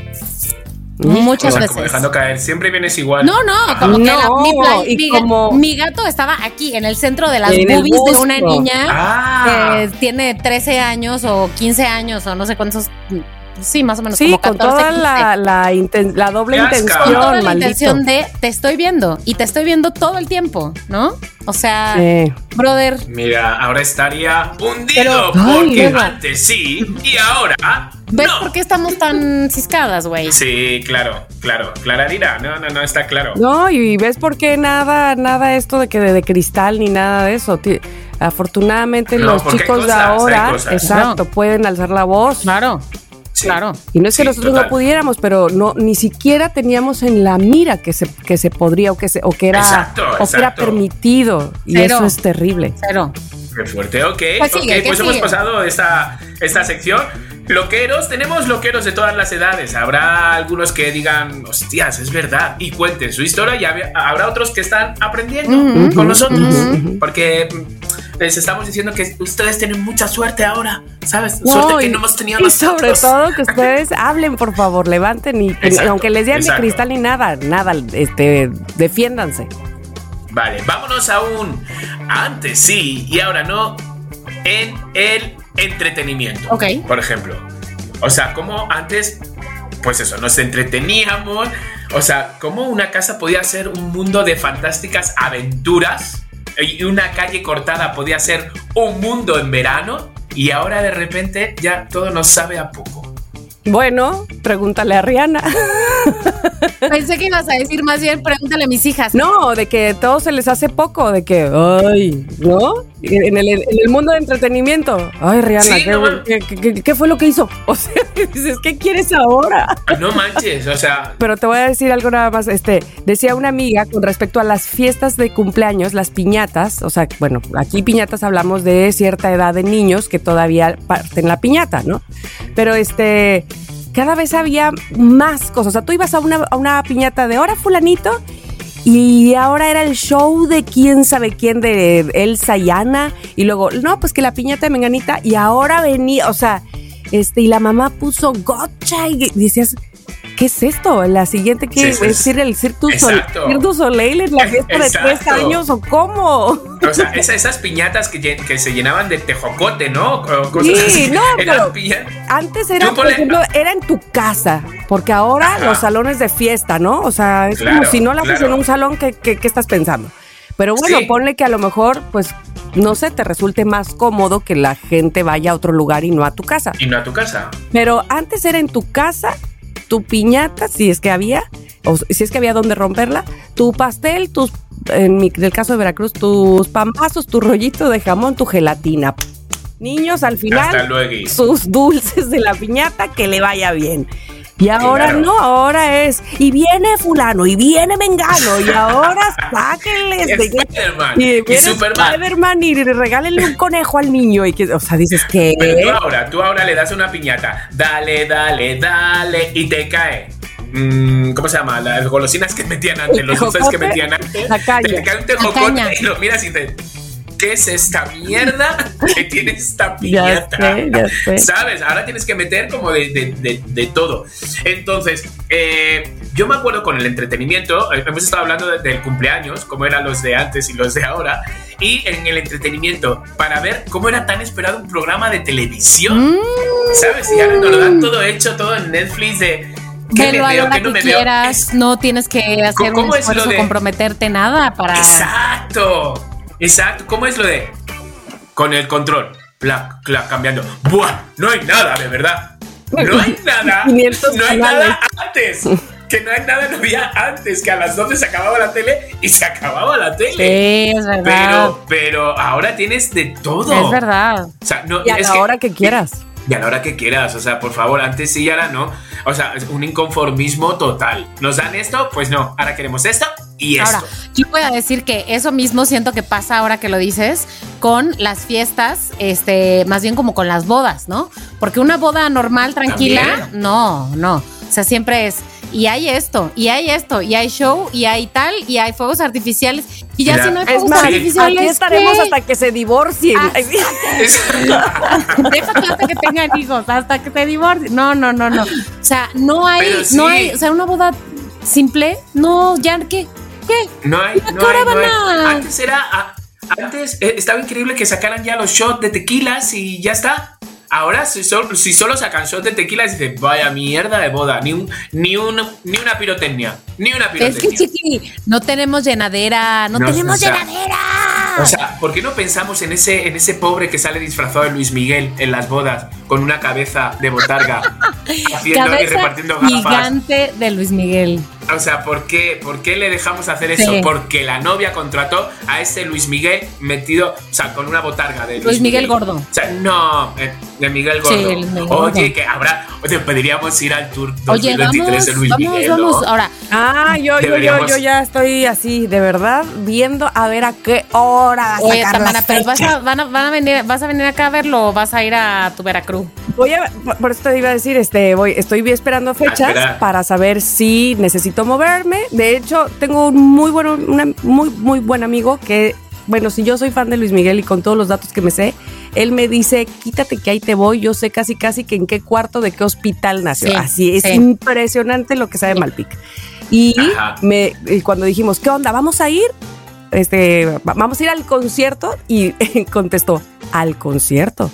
Muchas
O sea,
veces.
como dejando caer. Siempre vienes igual.
No, como que
No, y como-
mi gato estaba aquí, en el centro de las
En el
boobies de una
busto.
niña
Ah.
que tiene 13 años o 15 años o no sé cuántos Sí, más o menos.
Sí,
como
con
14,
toda
15.
la doble
Qué asco.
intención,
Con toda la
maldito.
intención de te estoy viendo y te estoy viendo todo el tiempo, ¿no? O sea,
Sí.
brother,
Mira, ahora estaría hundido
Pero-
porque
Ay, no.
antes sí y ahora
¿ves
no.
por qué estamos tan ciscadas, güey?
Sí, claro. Clararira. No, está claro.
No, y ves por qué nada esto de que de cristal ni nada de eso. Afortunadamente
No,
los
porque hay
chicos de
cosas, hay
ahora,
cosas.
exacto, pueden alzar la voz.
Claro,
Sí.
claro.
Y no es que
Sí,
nosotros
total.
no pudiéramos, pero no ni siquiera teníamos en la mira que se podría o que era
Exacto,
o que era
exacto.
permitido, y
Cero.
eso es terrible.
Cero.
Qué fuerte, ok.
Pues sigue, ¿qué
pues hemos
sigue?
pasado esta sección. Loqueros, tenemos loqueros de todas las edades. Habrá algunos que digan, hostias, es verdad, y cuenten su historia, y habrá otros que están aprendiendo con nosotros. Porque les estamos diciendo que ustedes tienen mucha suerte ahora, ¿sabes?
No,
Suerte que no hemos tenido
y
nosotros.
sobre todo que ustedes hablen, por favor, levanten y
Exacto,
aunque les digan de
exacto.
cristal ni nada, defiéndanse.
Vale, vámonos a un antes sí y ahora no en el entretenimiento.
Ok.
Por ejemplo. O sea, como antes, pues eso, nos entreteníamos. O sea, como una casa podía ser un mundo de fantásticas aventuras y una calle cortada podía ser un mundo en verano, y ahora de repente ya todo nos sabe a poco.
Bueno, pregúntale a Rihanna.
Pensé que ibas a decir más bien, pregúntale a mis hijas.
No, de que todo se les hace poco, de que, ay, ¿no? En el mundo de entretenimiento. Ay, Rihanna,
Sí, no,
¿qué fue lo que hizo? O sea, dices, ¿qué quieres ahora?
No manches, o sea,
Pero te voy a decir algo nada más. Decía una amiga con respecto a las fiestas de cumpleaños, las piñatas. O sea, bueno, aquí piñatas hablamos de cierta edad de niños que todavía parten la piñata, ¿no? Pero cada vez había más cosas. O sea, tú ibas a una piñata de ahora fulanito, y ahora era el show de quién sabe quién, de Elsa y Anna, y luego, no, pues que la piñata de menganita, y ahora venía, o sea, y la mamá puso gotcha, y decías, ¿qué es esto? La siguiente, ¿qué
Sí,
es decir? ¿El Cirque
exacto.
du Soleil es la fiesta de 3
Exacto.
años o cómo?
O sea, esas piñatas que se llenaban de tejocote, ¿no? O cosas
Sí,
así.
no,
Eran
pero
piñatas.
antes era,
Tú
por
ponle-
ejemplo, era en tu casa, porque ahora
Ajá.
los salones de fiesta, ¿no? O sea, es
Claro,
como si no lo haces
claro.
en un salón, ¿qué estás pensando? Pero bueno,
Sí.
ponle que a lo mejor, pues, no sé, te resulte más cómodo que la gente vaya a otro lugar y no a tu casa.
Y no a tu casa.
Pero antes era en tu casa, tu piñata, si es que había, o si es que había donde romperla, tu pastel, en el caso de Veracruz, tus pambazos, tu rollito de jamón, tu gelatina. Niños, al
Hasta
final,
luego.
sus dulces de la piñata, que le vaya bien. Y ahora
Claro.
no, ahora es, y viene fulano, y viene mengano, y ahora sáquenles de...
Spider-Man
Y
y
viene
Superman.
Spider-Man y regálenle un conejo al niño, y que, o sea, dices que...
Pero tú ahora le das una piñata. Dale, y te cae. ¿Cómo se llama? Las golosinas que metían antes, los dulces que
tejocote,
metían antes.
la caña.
Te cae un
La
tejocote
caña.
y lo miras y dices, ¿qué es esta mierda que tiene esta
Ya
piñata?
sé, ya sé.
¿Sabes? Ahora tienes que meter como de todo. Entonces, yo me acuerdo con el entretenimiento, hemos estado hablando del cumpleaños, cómo eran los de antes y los de ahora, y en el entretenimiento, para ver cómo era tan esperado un programa de televisión, ¿sabes? Y ahora nos lo dan todo hecho, todo en Netflix de... ¿Qué
Velo
me
a la
veo?
hora
¿Qué no
que
me veo?
quieras, no tienes que hacer un
¿Cómo es lo
esfuerzo,
de-
comprometerte nada para...
Exacto. ¿Cómo es lo de con el control? Clac, clac, cambiando. ¡Buah! No hay nada, de verdad. No hay nada.
500
No hay
canales.
nada antes. Que no hay nada, no había antes. Que a las 12 se acababa la tele y se acababa la tele.
Sí, es verdad.
Pero ahora tienes de todo.
Es verdad.
O sea, no,
Y a
es
la hora que quieras.
Y a la hora que quieras, o sea, por favor, antes sí y ahora no. O sea, es un inconformismo total. ¿Nos dan esto? Pues no, ahora queremos esto y esto.
Ahora, yo voy a decir que eso mismo siento que pasa ahora que lo dices con las fiestas, más bien como con las bodas, ¿no? Porque una boda normal, tranquila,
¿También?
no. O sea, siempre es, y hay esto, y hay esto, y hay show, y hay tal, y hay fuegos artificiales. Y ya
Mira,
si no hay
Es
fuegos
más,
artificiales,
aquí estaremos
¿qué?
hasta que se divorcien.
Ah,
Ay, sí.
Déjate hasta que tengan hijos, hasta que se divorcien. No. O sea, no hay,
Pero sí.
no hay, o sea, una boda simple, no, ya, ¿qué?
No hay,
¿A
no
qué hora
hay, no
van
hay.
a-
Antes estaba increíble que sacaran ya los shots de tequilas y ya está. ahora si solo sacan shot de tequila, dices, vaya mierda de boda, ni una pirotecnia,
Es que, chiqui, no tenemos llenadera, no tenemos llenadera.
O sea, ¿por qué no pensamos en ese pobre que sale disfrazado de Luis Miguel en las bodas con una cabeza de botarga haciendo y repartiendo gafas?
Gigante de Luis Miguel.
O sea, ¿por qué le dejamos hacer eso? Sí. Porque la novia contrató a ese Luis Miguel metido, o sea, con una botarga de
Luis Miguel gordo.
O sea, no, de Miguel gordo. Sí, Miguel Oye, que habrá, podríamos ir al tour 2023 de Luis Miguel.
Vamos, ahora.
Yo ya estoy así, de verdad, viendo a ver a qué hora va a sacar. Oye, Tamara,
pero vas a venir acá a verlo o vas a ir a tu Veracruz.
Por eso te iba a decir, estoy esperando fechas para saber si necesito moverme. De hecho, tengo un muy buen amigo que, bueno, si yo soy fan de Luis Miguel y con todos los datos que me sé, él me dice, quítate que ahí te voy, yo sé casi que en qué cuarto de qué hospital nació. Sí, así es impresionante lo que sabe Malpic. Y cuando dijimos, ¿qué onda? ¿Vamos a ir? Vamos a ir al concierto, y contestó, ¿al concierto?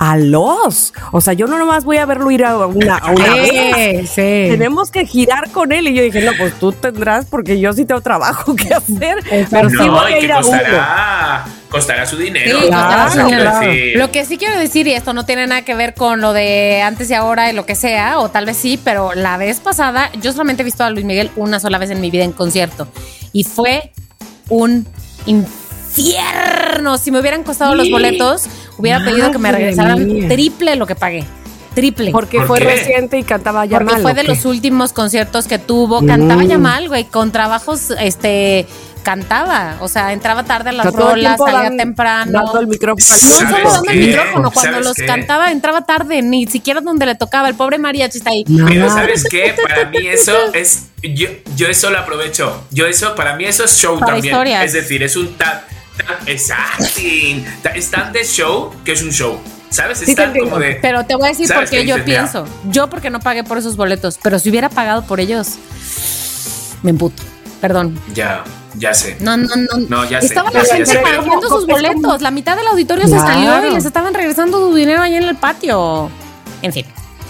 O sea, yo no nomás voy a verlo ir a una vez. Sí. Tenemos que girar con él. Y yo dije, no, pues tú tendrás, porque yo sí tengo trabajo que hacer. Pero sí voy a ir a uno.
Costará su dinero.
Sí, costará su dinero. Lo que sí quiero decir, y esto no tiene nada que ver con lo de antes y ahora y lo que sea, o tal vez sí, pero la vez pasada, yo solamente he visto a Luis Miguel una sola vez en mi vida en concierto. Y fue un infierno. Si me hubieran costado los boletos, hubiera pedido que me regresaran triple lo que pagué. Triple.
Porque fue reciente y cantaba ya mal.
Porque fue de los últimos conciertos que tuvo. Cantaba ya mal, güey. Con trabajos, cantaba. O sea, entraba tarde a las rolas, salía temprano.
Dando el micrófono.
No solo dando el micrófono. Cuando los cantaba, entraba tarde. Ni siquiera donde le tocaba. El pobre mariachi está ahí.
Pero ¿sabes qué? Para mí eso es... Yo eso lo aprovecho. Para mí eso es show para también. Historias. Es decir, es un es tan de show que es un show. ¿Sabes? Es tan como de...
Pero te voy a decir por qué yo pienso. Yo porque no pagué por esos boletos. Pero si hubiera pagado por ellos, me emputo. Perdón.
Ya sé.
No, ya sé. Estaban la gente pagando sus boletos. La mitad del auditorio se salió y les estaban regresando su dinero ahí en el patio. En fin.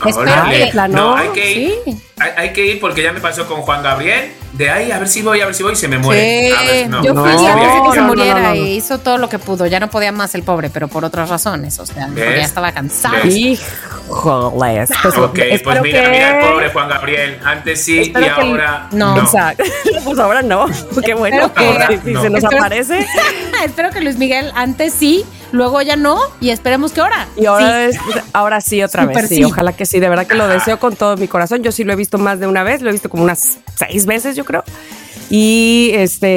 Hay que ir porque ya me pasó con Juan Gabriel. De ahí, a ver si voy, y se me muere.
Yo fui a que se muriera y hizo todo lo que pudo. Ya no podía más el pobre, pero por otras razones. O sea, ya estaba cansado.
Híjoles.
Pues mira el pobre Juan Gabriel. Antes sí y ahora no.
Pues ahora no. Qué bueno que se nos aparece.
Espero que Luis Miguel antes sí, luego ya no, y esperemos que ahora.
Y ahora sí otra vez. Sí, ojalá que sí. De verdad que lo deseo con todo mi corazón. Yo sí lo he visto más de una vez. Lo he visto como unas 6 veces, yo creo. Y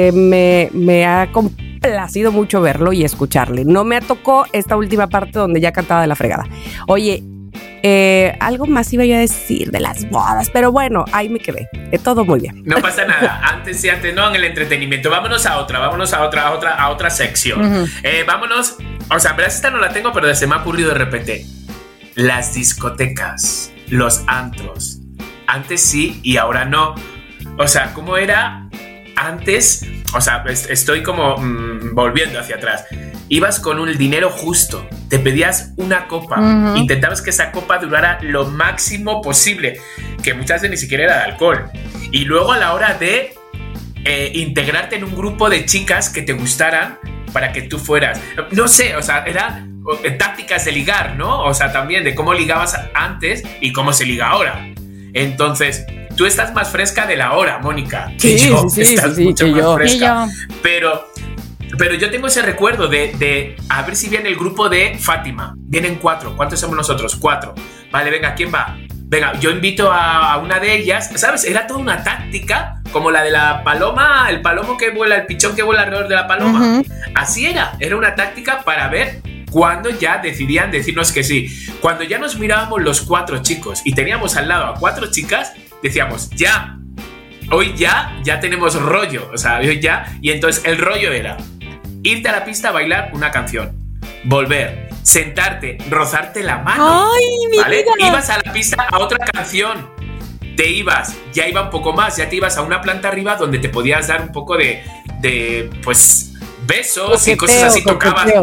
me ha complacido mucho verlo y escucharle. No me tocó esta última parte donde ya cantaba de la fregada. Oye, algo más iba yo a decir de las bodas, pero bueno, ahí me quedé. Todo muy bien.
No pasa nada. Antes no en el entretenimiento. Vámonos a otra sección. Vámonos. O sea, en verdad esta no la tengo, pero se me ha ocurrido de repente. Las discotecas, los antros. Antes sí y ahora no. O sea, ¿cómo era antes? O sea, estoy como volviendo hacia atrás. Ibas con el dinero justo, te pedías una copa, intentabas que esa copa durara lo máximo posible, que muchas veces ni siquiera era de alcohol. Y luego a la hora de integrarte en un grupo de chicas que te gustaran para que tú fueras, no sé, o sea, eran tácticas de ligar, ¿no? O sea, también de cómo ligabas antes y cómo se liga ahora. Entonces, tú estás más fresca de la hora, Mónica, que yo. Estás mucho más fresca. Pero yo tengo ese recuerdo de a ver si viene el grupo de Fátima. Vienen 4. ¿Cuántos somos nosotros? 4. Vale, venga, ¿quién va? Venga, yo invito a una de ellas. ¿Sabes? Era toda una táctica, como la de la paloma, el palomo que vuela, el pichón que vuela alrededor de la paloma. Así era una táctica para ver cuando ya decidían decirnos que sí. Cuando ya nos mirábamos los 4 chicos y teníamos al lado a 4 chicas, decíamos, hoy ya tenemos rollo, o sea, hoy ya. Y entonces el rollo era irte a la pista a bailar una canción, volver, sentarte, rozarte la mano.
¡Ay,
¿vale? Ibas a la pista a otra canción, te ibas, ya iba un poco más, ya te ibas a una planta arriba donde te podías dar un poco de pues besos y cosas así,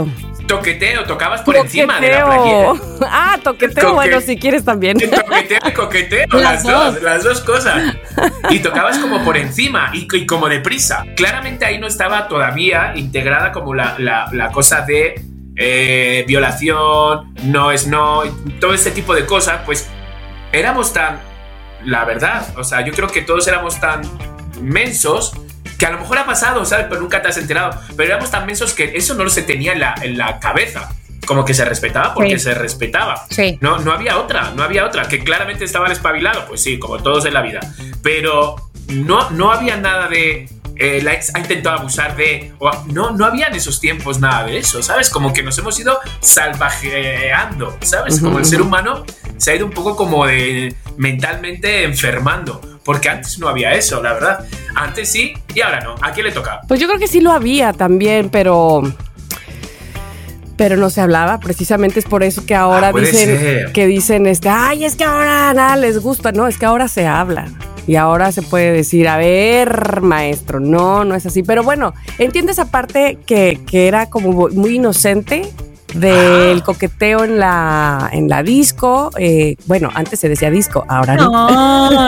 toqueteo, tocabas por encima de la playera.
Toqueteo, bueno, si quieres también.
Toqueteo y coqueteo, las dos cosas. Y tocabas como por encima y como deprisa. Claramente ahí no estaba todavía integrada como la cosa de violación, no es no, todo este tipo de cosas. Pues éramos tan, la verdad, o sea, yo creo que todos éramos tan mensos que a lo mejor ha pasado, ¿sabes? Pero nunca te has enterado. Pero éramos tan mensos que eso no se tenía en la cabeza. Como que se respetaba porque se respetaba. Sí. No había otra. Que claramente estaba despabilado, pues sí, como todos en la vida. Pero no había nada de... la ex ha intentado abusar de... No había en esos tiempos nada de eso, ¿sabes? Como que nos hemos ido salvajeando, ¿sabes? Como el ser humano se ha ido un poco como de mentalmente enfermando. Porque antes no había eso, la verdad. Antes sí y ahora no. ¿A quién le toca?
Pues yo creo que sí lo había también, pero no se hablaba. Precisamente es por eso que ahora dicen ay, es que ahora nada les gusta. No, es que ahora se habla. Y ahora se puede decir, a ver, maestro, no es así. Pero bueno, entiendo esa parte que era como muy inocente del coqueteo en la disco. Bueno, antes se decía disco, ahora no.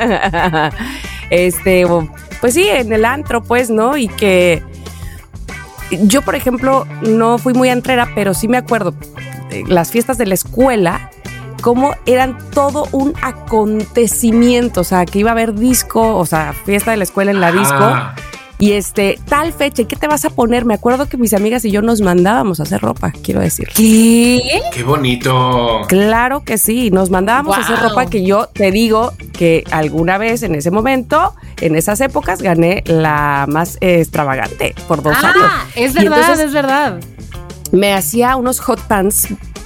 Pues sí, en el antro, pues, ¿no? Y que yo, por ejemplo, no fui muy antrera, pero sí me acuerdo de las fiestas de la escuela, cómo eran todo un acontecimiento. O sea, que iba a haber disco, o sea, fiesta de la escuela en la disco. Y tal fecha, ¿qué te vas a poner? Me acuerdo que mis amigas y yo nos mandábamos a hacer ropa, quiero decir.
¿Qué?
¡Qué bonito!
Claro que sí, nos mandábamos a hacer ropa, que yo te digo que alguna vez en ese momento, en esas épocas, gané la más extravagante por 2 años.
Es verdad, entonces, es verdad.
Me hacía unos hot pants,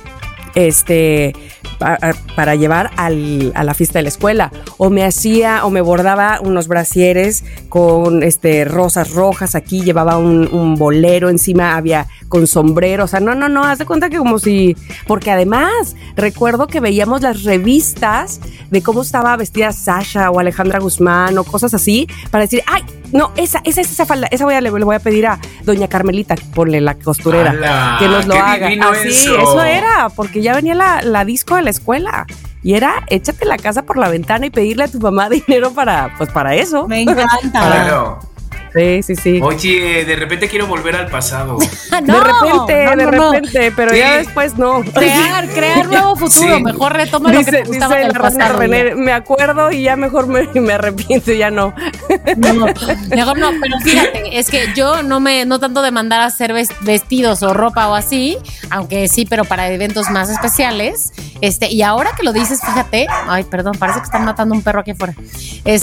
para llevar a la fiesta de la escuela, o me bordaba unos brasieres con rosas rojas, aquí llevaba un bolero encima, había con sombrero, o sea, no, haz de cuenta que como si, porque además recuerdo que veíamos las revistas de cómo estaba vestida Sasha o Alejandra Guzmán o cosas así, para decir, ay, no, esa falda, esa le voy a pedir a doña Carmelita, ponle la costurera,
¡Hala!
Que nos lo haga.
Así,
eso era, porque ya venía la disco de la escuela. Y era, échate la casa por la ventana y pedirle a tu mamá dinero para eso.
Me encanta.
Claro.
Sí.
Oye, de repente quiero volver al pasado.
De repente, pero sí. Ya después no.
Crear nuevo futuro. Sí. Mejor retoma lo que te gustaba del pasado.
René, me acuerdo y ya mejor me arrepiento, ya no.
Mejor no, pero fíjate, es que yo no tanto de mandar a hacer vestidos o ropa o así, aunque sí, pero para eventos más especiales. Y ahora que lo dices, fíjate, ay, perdón, parece que están matando un perro aquí afuera. ¿No?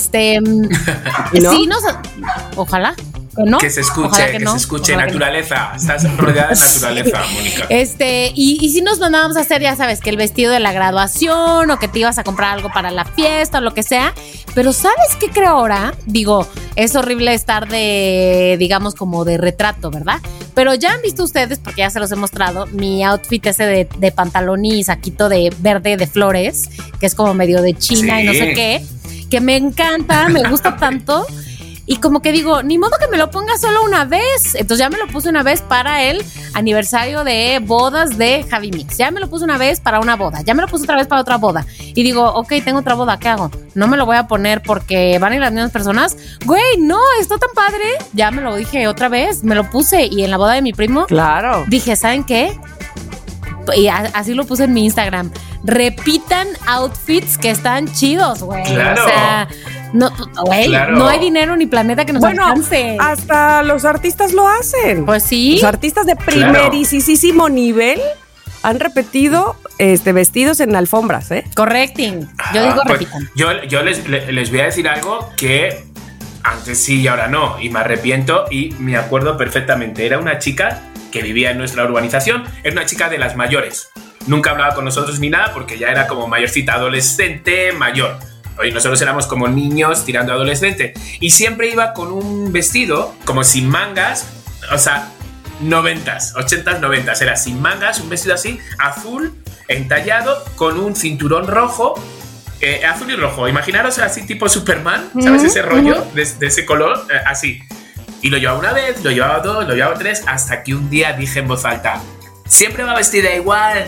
Sí, ojalá. ¿No?
Que se escuche naturaleza. Estás rodeada de naturaleza, Mónica.
Y si nos mandábamos a hacer, ya sabes, que el vestido de la graduación o que te ibas a comprar algo para la fiesta o lo que sea. Pero ¿sabes qué creo ahora? Digo, es horrible estar digamos, como de retrato, ¿verdad? Pero ya han visto ustedes, porque ya se los he mostrado, mi outfit ese de pantalón y saquito de verde de flores, que es como medio de China y no sé qué, que me encanta, me gusta tanto. Y como que digo, ni modo que me lo ponga solo una vez. Entonces ya me lo puse una vez para el aniversario de bodas de Javi Mix. Ya me lo puse una vez para una boda. Ya me lo puse otra vez para otra boda. Y digo, ok, tengo otra boda, ¿qué hago? No me lo voy a poner porque van a ir las mismas personas. Güey, no, está tan padre. Ya me lo dije otra vez, me lo puse. Y en la boda de mi primo,
claro,
dije, ¿saben qué? Y así lo puse en mi Instagram. Repitan outfits que están chidos, güey.
Claro.
O sea, no, güey, claro. No hay dinero ni planeta que nos alcance.
Hasta los artistas lo hacen.
Pues sí.
Los artistas de primerísimo nivel han repetido vestidos en alfombras, ¿eh?
Correcting. Yo digo pues, repitan.
Yo les voy a decir algo que antes sí y ahora no. Y me arrepiento y me acuerdo perfectamente. Era una chica que vivía en nuestra urbanización. Era una chica de las mayores. Nunca hablaba con nosotros ni nada porque ya era como mayorcita, adolescente, mayor. Y nosotros éramos como niños tirando a adolescente. Y siempre iba con un vestido como sin mangas, o sea, 90s, 80s, 90s. Era sin mangas, un vestido así, azul, entallado, con un cinturón rojo, azul y rojo. Imaginaros así tipo Superman, ¿sabes? Ese rollo de ese color, así. Y lo llevaba una vez, lo llevaba dos, lo llevaba tres, hasta que un día dije en voz alta, siempre va vestida igual.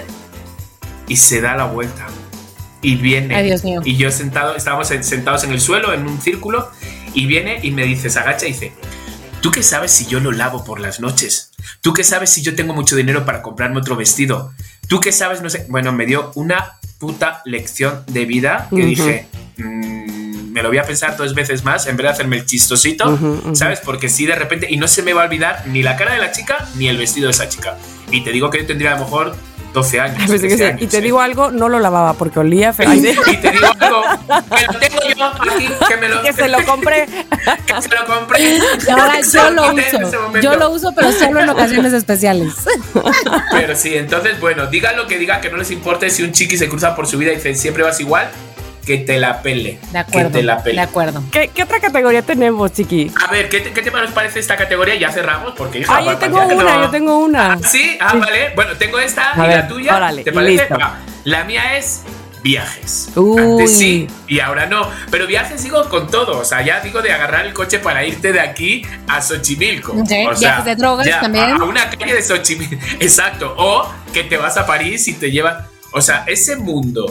Y se da la vuelta. Y viene.
Ay, Dios mío.
Y yo estábamos sentados en el suelo, en un círculo, y viene y me dice, se agacha y dice, ¿tú qué sabes si yo lo lavo por las noches? ¿Tú qué sabes si yo tengo mucho dinero para comprarme otro vestido? ¿Tú qué sabes? No sé. Bueno, me dio una puta lección de vida que dije, me lo voy a pensar 2 veces más en vez de hacerme el chistosito, ¿sabes? Porque sí, de repente, y no se me va a olvidar ni la cara de la chica ni el vestido de esa chica. Y te digo que yo tendría a lo mejor 12 años.
Años, y te digo algo, no lo lavaba porque olía feo.
Y te digo algo, que lo tengo yo aquí, que se lo compré. Que se lo compré.
Y ahora yo lo uso. Yo lo uso, pero solo en ocasiones especiales.
Pero sí, entonces, bueno, digan lo que digan, que no les importe si un chiqui se cruza por su vida y dice, siempre vas igual. Que te la pele.
De acuerdo.
Que te la pele.
De acuerdo.
¿Qué otra categoría tenemos, chiqui?
A ver, ¿qué tema nos parece esta categoría? Ya cerramos, porque hija,
yo tengo una.
¿Sí? Vale. Bueno, tengo esta y la tuya.
Órale,
¿te parece?
Listo.
La mía es viajes.
Uy.
Antes sí y ahora no. Pero viajes digo con todo. O sea, ya digo de agarrar el coche para irte de aquí a Xochimilco.
Okay.
O sea,
viajes de drogas también.
A una calle de Xochimilco. Exacto. O que te vas a París y te llevan. O sea, ese mundo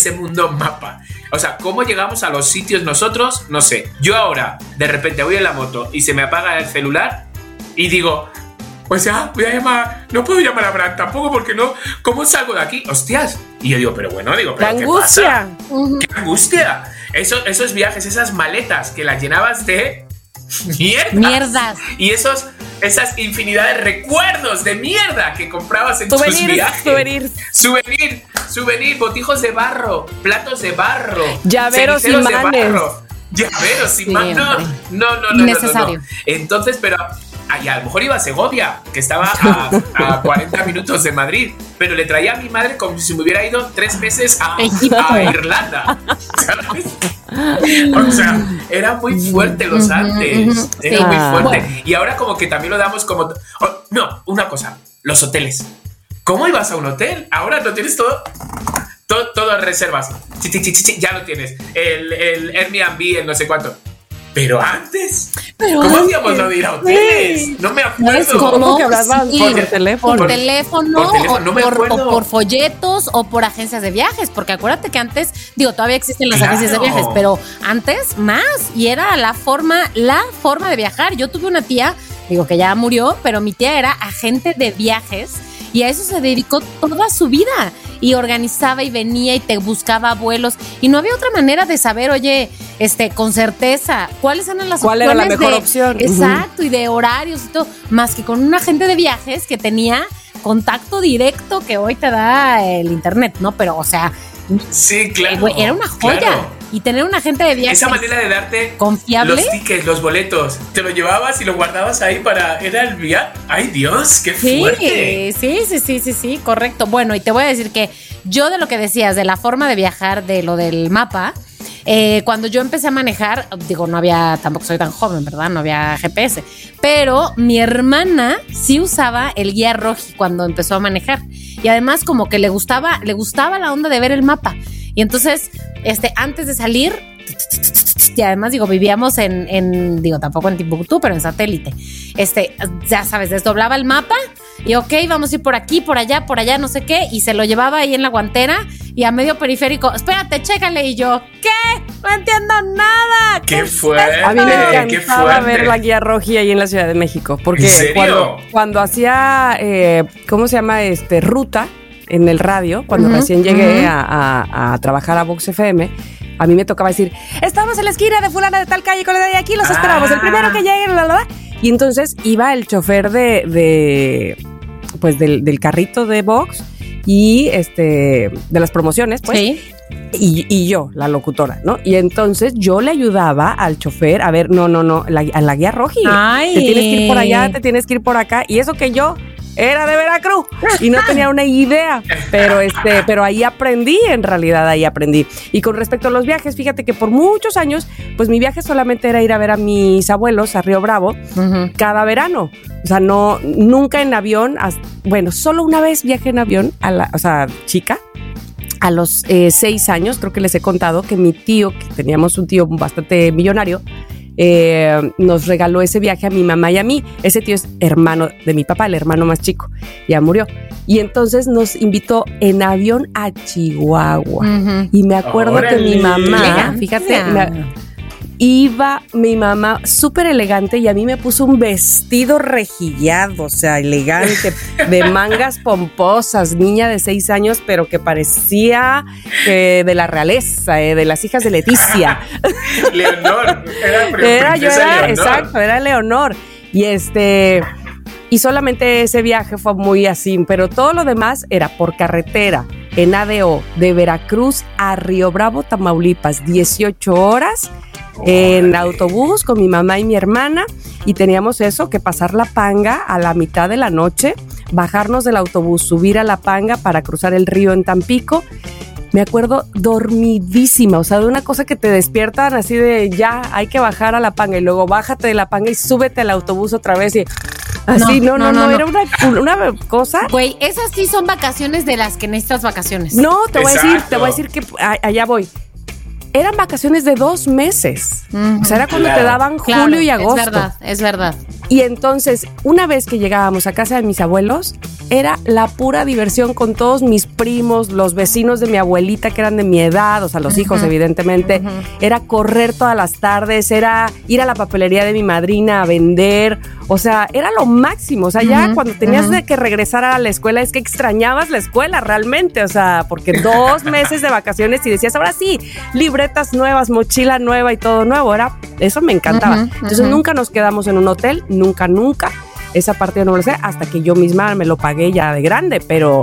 mapa. O sea, ¿cómo llegamos a los sitios nosotros? No sé. Yo ahora, de repente, voy en la moto y se me apaga el celular y digo, pues ya, voy a llamar. No puedo llamar a Bran tampoco porque no. ¿Cómo salgo de aquí? ¡Hostias! Y yo digo, pero bueno, ¿pero
¡qué angustia!
¿Qué pasa? ¡Qué angustia! Esos viajes, esas maletas que las llenabas de mierdas. Y esas infinidad de recuerdos de mierda que comprabas en tus viajes. Souvenir, botijos de barro, platos de barro,
llaveros y manes.
Llaveros y manes. No.
Innecesario.
Entonces, pero a lo mejor iba a Segovia, que estaba a 40 minutos de Madrid, pero le traía a mi madre como si me hubiera ido 3 meses a Irlanda, ¿sabes? O sea, era muy fuerte los antes. Era muy fuerte. Bueno. Y ahora como que también lo damos como... no, una cosa, los hoteles. ¿Cómo ibas a un hotel? Ahora lo tienes todo en reservas. Ya lo tienes. El Airbnb, el no sé cuánto. Pero antes, ¿cómo hacíamos lo de ir a hoteles? Sí. No me acuerdo.
¿Cómo que hablabas por teléfono?
Por teléfono, no o por folletos o por agencias de viajes. Porque acuérdate que antes, todavía existen las agencias de viajes, pero antes más. Y era la forma de viajar. Yo tuve una tía, que ya murió, pero mi tía era agente de viajes y a eso se dedicó toda su vida. Y organizaba y venía y te buscaba vuelos. Y no había otra manera de saber, oye, con certeza, cuáles eran las opciones.
¿Cuál era la mejor opción?
Exacto, y de horarios y todo. Más que con un agente de viajes que tenía contacto directo que hoy te da el internet, ¿no? Pero, o sea...
Sí, claro.
Era una joya. Claro. Y tener un agente de viajes
esa manera de darte
confiable,
los tickets, los boletos, te lo llevabas y lo guardabas ahí era el viaje. ¡Ay, Dios! ¡Qué fuerte!
Sí, correcto. Bueno, y te voy a decir que yo de lo que decías, de la forma de viajar, de lo del mapa, cuando yo empecé a manejar, no había, tampoco soy tan joven, ¿verdad? No había GPS, pero mi hermana sí usaba el guía Roji cuando empezó a manejar y además como que le gustaba la onda de ver el mapa. Y entonces, antes de salir, y además, vivíamos tampoco en Timbuktu, pero en satélite. Ya sabes, desdoblaba el mapa y vamos a ir por aquí, por allá, no sé qué, y se lo llevaba ahí en la guantera y a medio periférico, espérate, chécale, y yo, ¿qué? No entiendo nada.
¡Qué fuerte!
A mí me encantaba ver la guía Roji ahí en la Ciudad de México, porque cuando hacía, ¿cómo se llama? Ruta en el radio, cuando recién llegué a trabajar a Vox FM, a mí me tocaba decir, estamos en la esquina de fulana de tal calle con la de aquí, los esperamos, el primero que llegue, y entonces iba el chofer del carrito de Vox y de las promociones, pues, sí. Y yo, la locutora, ¿no? Y entonces yo le ayudaba al chofer a ver, a la guía Roji.
Ay.
Te tienes que ir por allá, te tienes que ir por acá, y eso que yo era de Veracruz y no tenía una idea, pero ahí aprendí, en realidad ahí aprendí. Y con respecto a los viajes, fíjate que por muchos años, pues mi viaje solamente era ir a ver a mis abuelos a Río Bravo cada verano. O sea, nunca en avión, solo una vez viajé en avión, chica. A los 6 años, creo que les he contado que mi tío, que teníamos un tío bastante millonario, nos regaló ese viaje a mi mamá y a mí. Ese tío es hermano de mi papá, el hermano más chico, ya murió. Y entonces nos invitó en avión a Chihuahua. Y me acuerdo que mi mamá, fíjate, iba mi mamá súper elegante y a mí me puso un vestido rejillado, o sea, elegante, de mangas pomposas, niña de 6 años, pero que parecía de la realeza, de las hijas de Leticia.
Leonor,
exacto, era Leonor. Y solamente ese viaje fue muy así, pero todo lo demás era por carretera, en ADO, de Veracruz a Río Bravo, Tamaulipas, 18 horas. En autobús con mi mamá y mi hermana, y teníamos eso, que pasar La Panga a la mitad de la noche, bajarnos del autobús, subir a La Panga para cruzar el río en Tampico. Me acuerdo dormidísima, o sea, de una cosa que te despiertan así de ya, hay que bajar a La Panga, y luego bájate de La Panga y súbete al autobús otra vez y así, no, era una cosa.
Güey, esas sí son vacaciones de las que necesitas vacaciones.
No, te voy a decir que allá voy. Eran vacaciones de 2 meses. O sea, era cuando te daban julio y agosto.
Es verdad.
Y entonces, una vez que llegábamos a casa de mis abuelos, era la pura diversión con todos mis primos, los vecinos de mi abuelita que eran de mi edad, o sea, los hijos, evidentemente. Era correr todas las tardes, era ir a la papelería de mi madrina a vender. O sea, era lo máximo. O sea, ya cuando tenías que regresar a la escuela, es que extrañabas la escuela realmente. O sea, porque 2 meses de vacaciones y decías, ahora sí, libretas nuevas, mochila nueva y todo nuevo. Eso me encantaba. Entonces, nunca nos quedamos en un hotel, nunca. Esa parte yo no lo sé, hasta que yo misma me lo pagué ya de grande, pero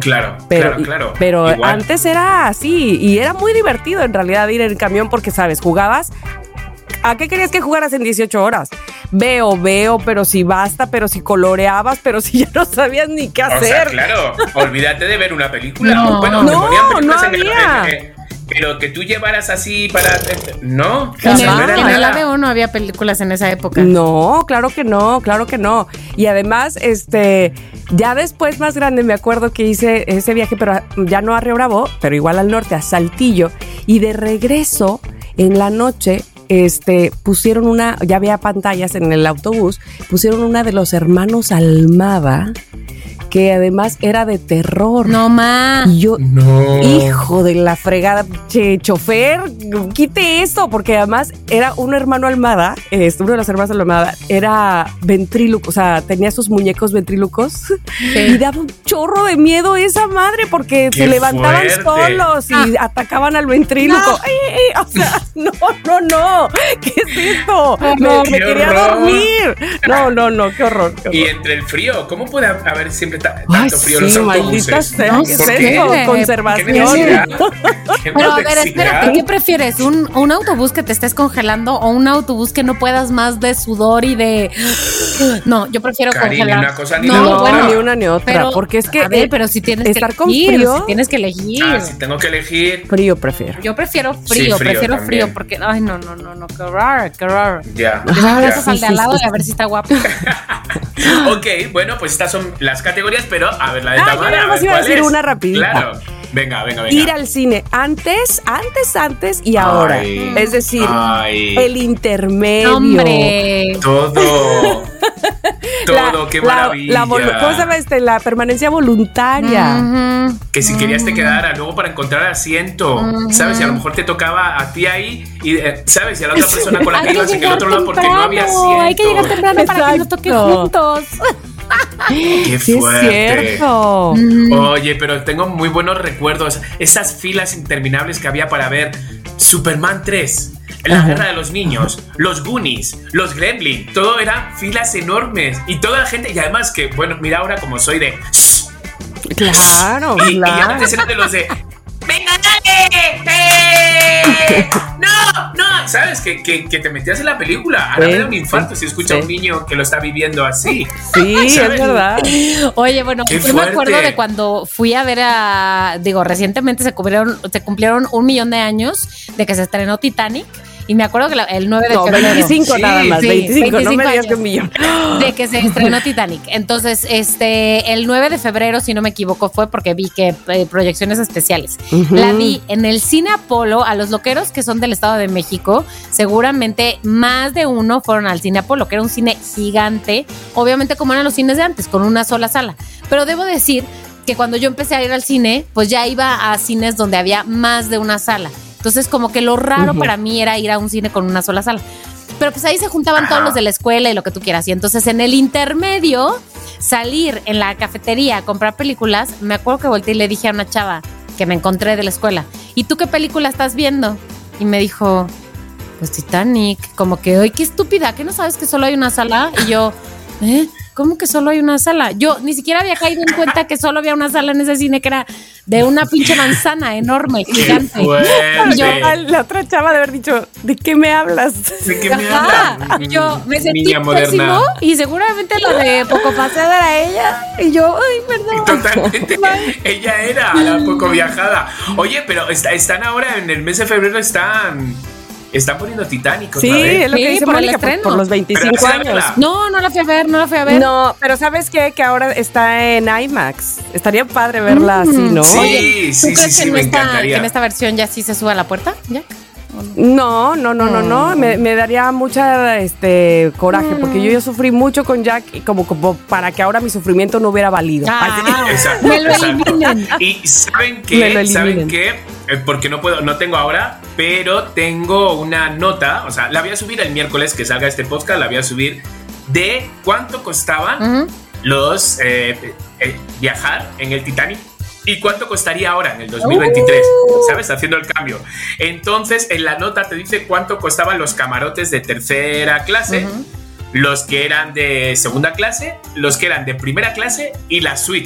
Igual.
Antes era así, y era muy divertido en realidad ir en camión porque, ¿sabes? Jugabas. ¿A qué querías que jugaras en 18 horas? Veo, pero si basta, pero si coloreabas, pero si ya no sabías ni qué hacer.
O sea, claro, olvídate de ver una película.
No,
bueno, te ponían películas
había.
Pero que tú llevaras así para... No,
en el ADO no había películas en esa época.
No, claro que no. Y además, ya después más grande me acuerdo que hice ese viaje, pero ya no a Río Bravo, pero igual al norte, a Saltillo. Y de regreso, en la noche, pusieron ya había pantallas en el autobús, pusieron una de los hermanos Almada, que además era de terror.
No, ma.
Y yo, hijo de la fregada, chofer, quite esto, porque además era un hermano Almada, uno de los hermanos Almada, era ventríloco, o sea, tenía sus muñecos ventrílocos, y daba un chorro de miedo esa madre, porque se levantaban solos y atacaban al ventríloco. O sea, no, ¿qué es esto? Me quería dormir. No, qué horror.
Y entre el frío, ¿cómo puede haber siempre tanto frío en los autobuses?
Sea, ¿no? ¿Qué es eso? Conservación.
Pero a ver, espérate, ¿qué prefieres? ¿Un autobús que te estés congelando o un autobús que no puedas más de sudor y de... No, yo prefiero congelar.
Ni una cosa ni la otra.
No, ni una ni otra, pero, porque es que...
A ver, pero si tienes
estar
que
con
elegir,
frío...
si tienes que elegir.
Si tengo que elegir...
Frío prefiero.
Yo prefiero frío, prefiero frío, porque... Ay, no, qué raro.
Ya.
Al de al lado y a ver si está guapo.
Ok, bueno, pues estas son las categorías, pero a ver, la de Tamara.
Yo iba a decir una rapidita.
Claro. Venga.
Ir al cine antes y ahora. Es decir, el intermedio.
¡Hombre!
Todo, qué maravilla.
¿Cómo se llama la permanencia voluntaria?
Que si querías te quedara luego para encontrar asiento, ¿sabes? Y a lo mejor te tocaba a ti ahí y, ¿sabes? Y a la otra persona con la que ibas en el otro lado porque no había asiento.
Hay que llegar temprano para que nos toque juntos.
¡Qué
sí,
fuerte!
Es cierto.
Oye, pero tengo muy buenos recuerdos. Esas filas interminables que había para ver Superman 3, La Guerra de los Niños, Los Goonies, Los Gremlins. Todo eran filas enormes. Y toda la gente, y además que, bueno, mira ahora como soy de...
Claro,
y antes eran de los de... ¡Venga, dale! ¡No! ¿Sabes? Que te metías en la película. Ahora me da un infarto si escucha a un niño que lo está viviendo así.
Sí, ¿sabes? Es verdad.
Oye, bueno, yo me acuerdo de cuando fui a ver recientemente se cumplieron 1 millón de años de que se estrenó Titanic. Y me acuerdo que el 9 de febrero.
25 nada más, 25, no me digas que 1,000,000.
De que se estrenó Titanic. Entonces, el 9 de febrero, si no me equivoco, fue porque vi que proyecciones especiales. La vi en el Cine Apolo. A los loqueros que son del Estado de México, seguramente más de uno fueron al Cine Apolo, que era un cine gigante, obviamente como eran los cines de antes, con una sola sala. Pero debo decir que cuando yo empecé a ir al cine, pues ya iba a cines donde había más de una sala. Entonces, como que lo raro para mí era ir a un cine con una sola sala. Pero pues ahí se juntaban todos los de la escuela y lo que tú quieras. Y entonces en el intermedio, salir en la cafetería a comprar películas, me acuerdo que volteé y le dije a una chava que me encontré de la escuela, ¿y tú qué película estás viendo? Y me dijo, pues Titanic. Como que, ¡ay, qué estúpida! ¿Qué no sabes que solo hay una sala? Y yo, ¿cómo que solo hay una sala? Yo ni siquiera había caído en cuenta que solo había una sala en ese cine, que era de una pinche manzana enorme, gigante.
Y yo, la otra chava de haber dicho, ¿de qué me hablas?
¿De qué me hablas?
Y yo me sentí pésimo y seguramente lo de poco pasada era ella. Y yo, ay, perdón.
Totalmente. Ella era la poco viajada. Oye, pero están ahora en el mes de febrero, están poniendo Titanic otra vez.
Es lo que dice Mónica, por los 25 años.
No la fui a ver.
No, pero ¿sabes qué? Que ahora está en IMAX. Estaría padre verla así, ¿no?
Sí,
¿Tú crees que
me encantaría.
que en esta versión ya sí se sube a la puerta? ¿Ya?
No. Me daría mucha coraje, porque yo sufrí mucho con Jack y como para que ahora mi sufrimiento no hubiera valido.
Exacto.
Me lo eliminen.
Y ¿saben qué? Porque no tengo ahora, pero tengo una nota, o sea, la voy a subir el miércoles que salga este podcast, la voy a subir de cuánto costaban los viajar en el Titanic y cuánto costaría ahora en el 2023, ¿sabes? Haciendo el cambio. Entonces, en la nota te dice cuánto costaban los camarotes de tercera clase, los que eran de segunda clase, los que eran de primera clase y la suite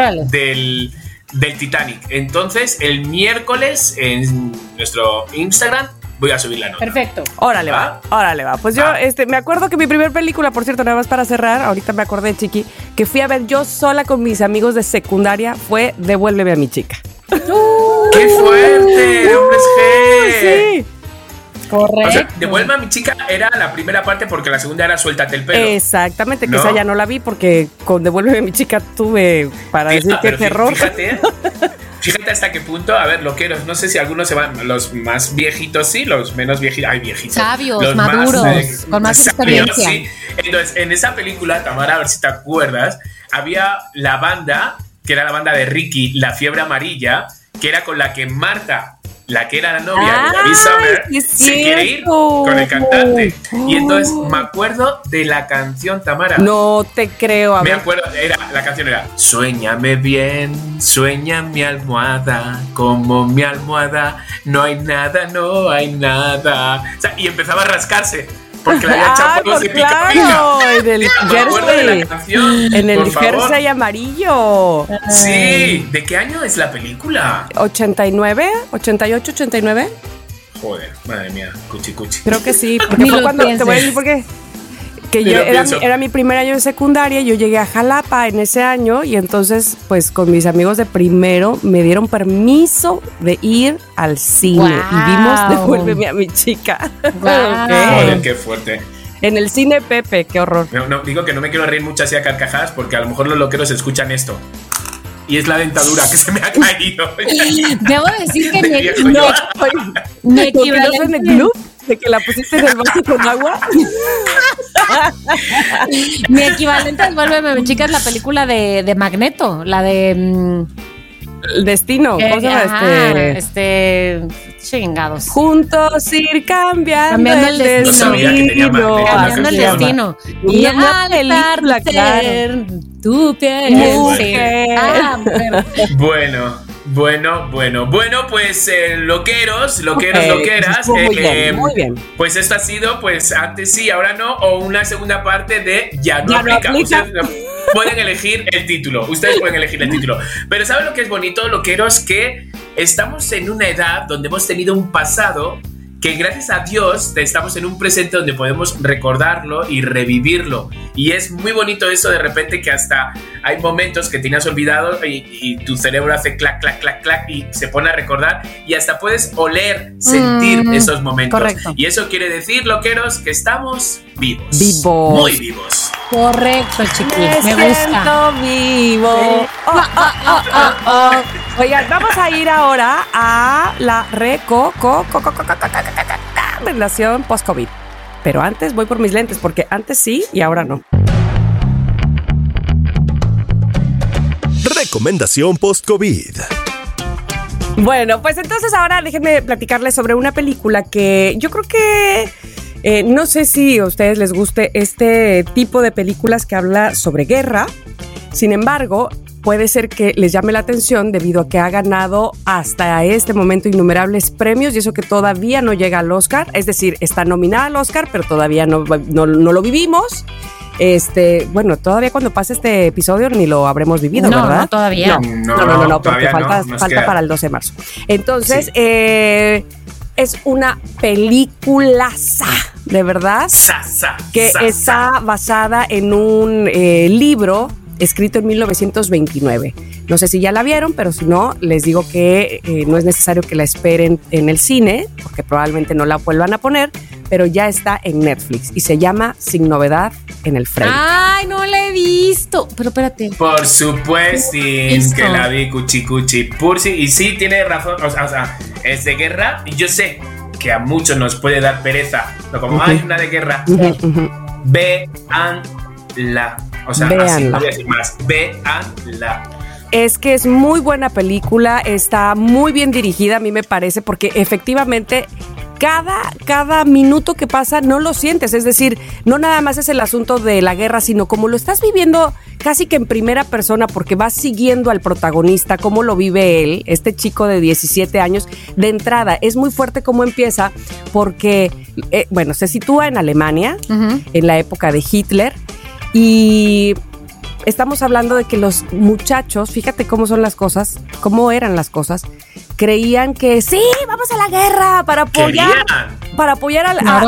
del Titanic. Entonces, el miércoles en nuestro Instagram voy a subir la nota.
Perfecto.
Órale va. Pues yo me acuerdo que mi primer película, por cierto, nada más para cerrar, ahorita me acordé, Chiqui, que fui a ver yo sola con mis amigos de secundaria, fue Devuélveme a mi chica.
¡Qué fuerte! ¡Hombres G!
Sí.
Correcto.
O sea, Devuelve a mi chica era la primera parte porque la segunda era Suéltate el pelo.
Exactamente, que esa ya no la vi porque con Devuélveme a mi chica tuve para decir qué terror.
Fíjate hasta qué punto, a ver, loqueros, no sé si algunos se van, los más viejitos sí, los menos viejitos, viejitos.
Sabios,
los
maduros,
más,
con más experiencia.
Sí. Entonces, en esa película, Tamara, a ver si te acuerdas, había la banda, que era la banda de Ricky, La Fiebre Amarilla, que era con la que Marta, la que era la novia de David Summer, se quiere ir con el cantante. Y entonces me acuerdo de la canción, Tamara.
No te creo.
Me acuerdo, la canción era Suéñame bien, sueña mi almohada, como mi almohada, no hay nada. O sea, y empezaba a rascarse. Porque la había echado de pica.
En el jersey. En el jersey amarillo.
Sí. ¿De qué año es la película?
89, 88, 89.
Joder, madre mía, cuchi.
Creo que sí, porque fue cuando te voy a decir por qué. Que yo era mi primer año de secundaria, yo llegué a Jalapa en ese año y entonces pues con mis amigos de primero me dieron permiso de ir al cine y vimos Devuélveme a mi chica.
Joder, qué fuerte.
En el cine Pepe, qué horror.
No, digo que no me quiero reír mucho así a carcajadas porque a lo mejor los loqueros escuchan esto. Y es la dentadura que se me ha caído.
Debo decir que
mi equivalente en el club de que la pusiste en el vaso con agua.
Mi equivalente a Devuélveme a mi chica es la película de Magneto, la de
El Destino. ¿Cómo se llama
chingados.
Juntos ir cambiando el destino.
No sabía que tenía Magneto.
Cambiando el destino. Y al atardecer tu piel.
Bueno, pues loqueros, loqueras.
Muy bien.
Pues esto ha sido, pues antes sí, ahora no, o una segunda parte de Ya no aplica. Ustedes pueden elegir el título. Pero ¿saben lo que es bonito, loqueros? Que estamos en una edad donde hemos tenido un pasado que gracias a Dios estamos en un presente donde podemos recordarlo y revivirlo. Y es muy bonito eso de repente, que hasta hay momentos que tenías olvidado y tu cerebro hace clac, clac, clac, clac y se pone a recordar, y hasta puedes oler, sentir esos momentos.
Correcto.
Y eso quiere decir, loqueros, que estamos vivos.
Vivos.
Muy vivos.
Correcto, chiquis. Me
Me
gusta.
siento vivo. Oigan, vamos a ir ahora a la recomendación post-COVID. Pero antes voy por mis lentes, porque antes sí y ahora no.
Recomendación post-COVID.
Bueno, pues entonces ahora déjenme platicarles sobre una película que yo creo que no sé si a ustedes les guste este tipo de películas que habla sobre guerra. Sin embargo, puede ser que les llame la atención debido a que ha ganado hasta este momento innumerables premios, y eso que todavía no llega al Oscar. Es decir, está nominada al Oscar, pero todavía no lo vivimos. Bueno, todavía cuando pase este episodio ni lo habremos vivido, ¿verdad?
No, todavía.
No, porque falta para el 12 de marzo. Entonces,
Sí.
Es una peliculaza, de verdad, que está basada en un libro escrito en 1929. No sé si ya la vieron, pero si no, les digo que no es necesario que la esperen en el cine, porque probablemente no la vuelvan a poner, pero ya está en Netflix y se llama Sin Novedad en el Frente.
Ay, no la he visto. Pero espérate.
Por supuesto que la vi, cuchi pursi, y sí, tiene razón, o sea, es de guerra, y yo sé que a muchos nos puede dar pereza, pero como hay una de guerra, véanla, o sea, así no voy a decir más, véanla.
Es que es muy buena película, está muy bien dirigida, a mí me parece, porque efectivamente cada minuto que pasa no lo sientes, es decir, no nada más es el asunto de la guerra, sino como lo estás viviendo casi que en primera persona, porque vas siguiendo al protagonista, cómo lo vive él, este chico de 17 años. De entrada, es muy fuerte cómo empieza, porque, se sitúa en Alemania, en la época de Hitler, y estamos hablando de que los muchachos, fíjate cómo son las cosas, cómo eran las cosas, creían que sí, vamos a la guerra para apoyar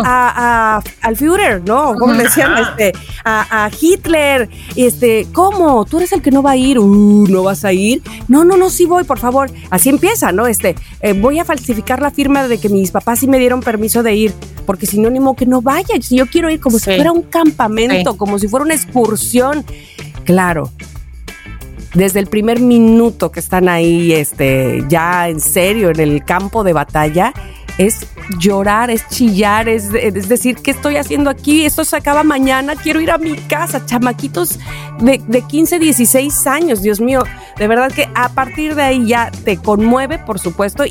al Führer, ¿no? ¿Cómo le decían? A Hitler. ¿Cómo? ¿Tú eres el que no va a ir? ¿No vas a ir? No, sí voy, por favor. Así empieza, ¿no? Voy a falsificar la firma de que mis papás sí me dieron permiso de ir, porque si no, ni modo que no vaya. Si yo quiero ir como si fuera un campamento, como si fuera una excursión. Claro. Desde el primer minuto que están ahí, ya en serio, en el campo de batalla, es llorar, es chillar, es decir, ¿qué estoy haciendo aquí? Esto se acaba mañana, quiero ir a mi casa. Chamaquitos de 15, 16 años, Dios mío, de verdad que a partir de ahí ya te conmueve, por supuesto,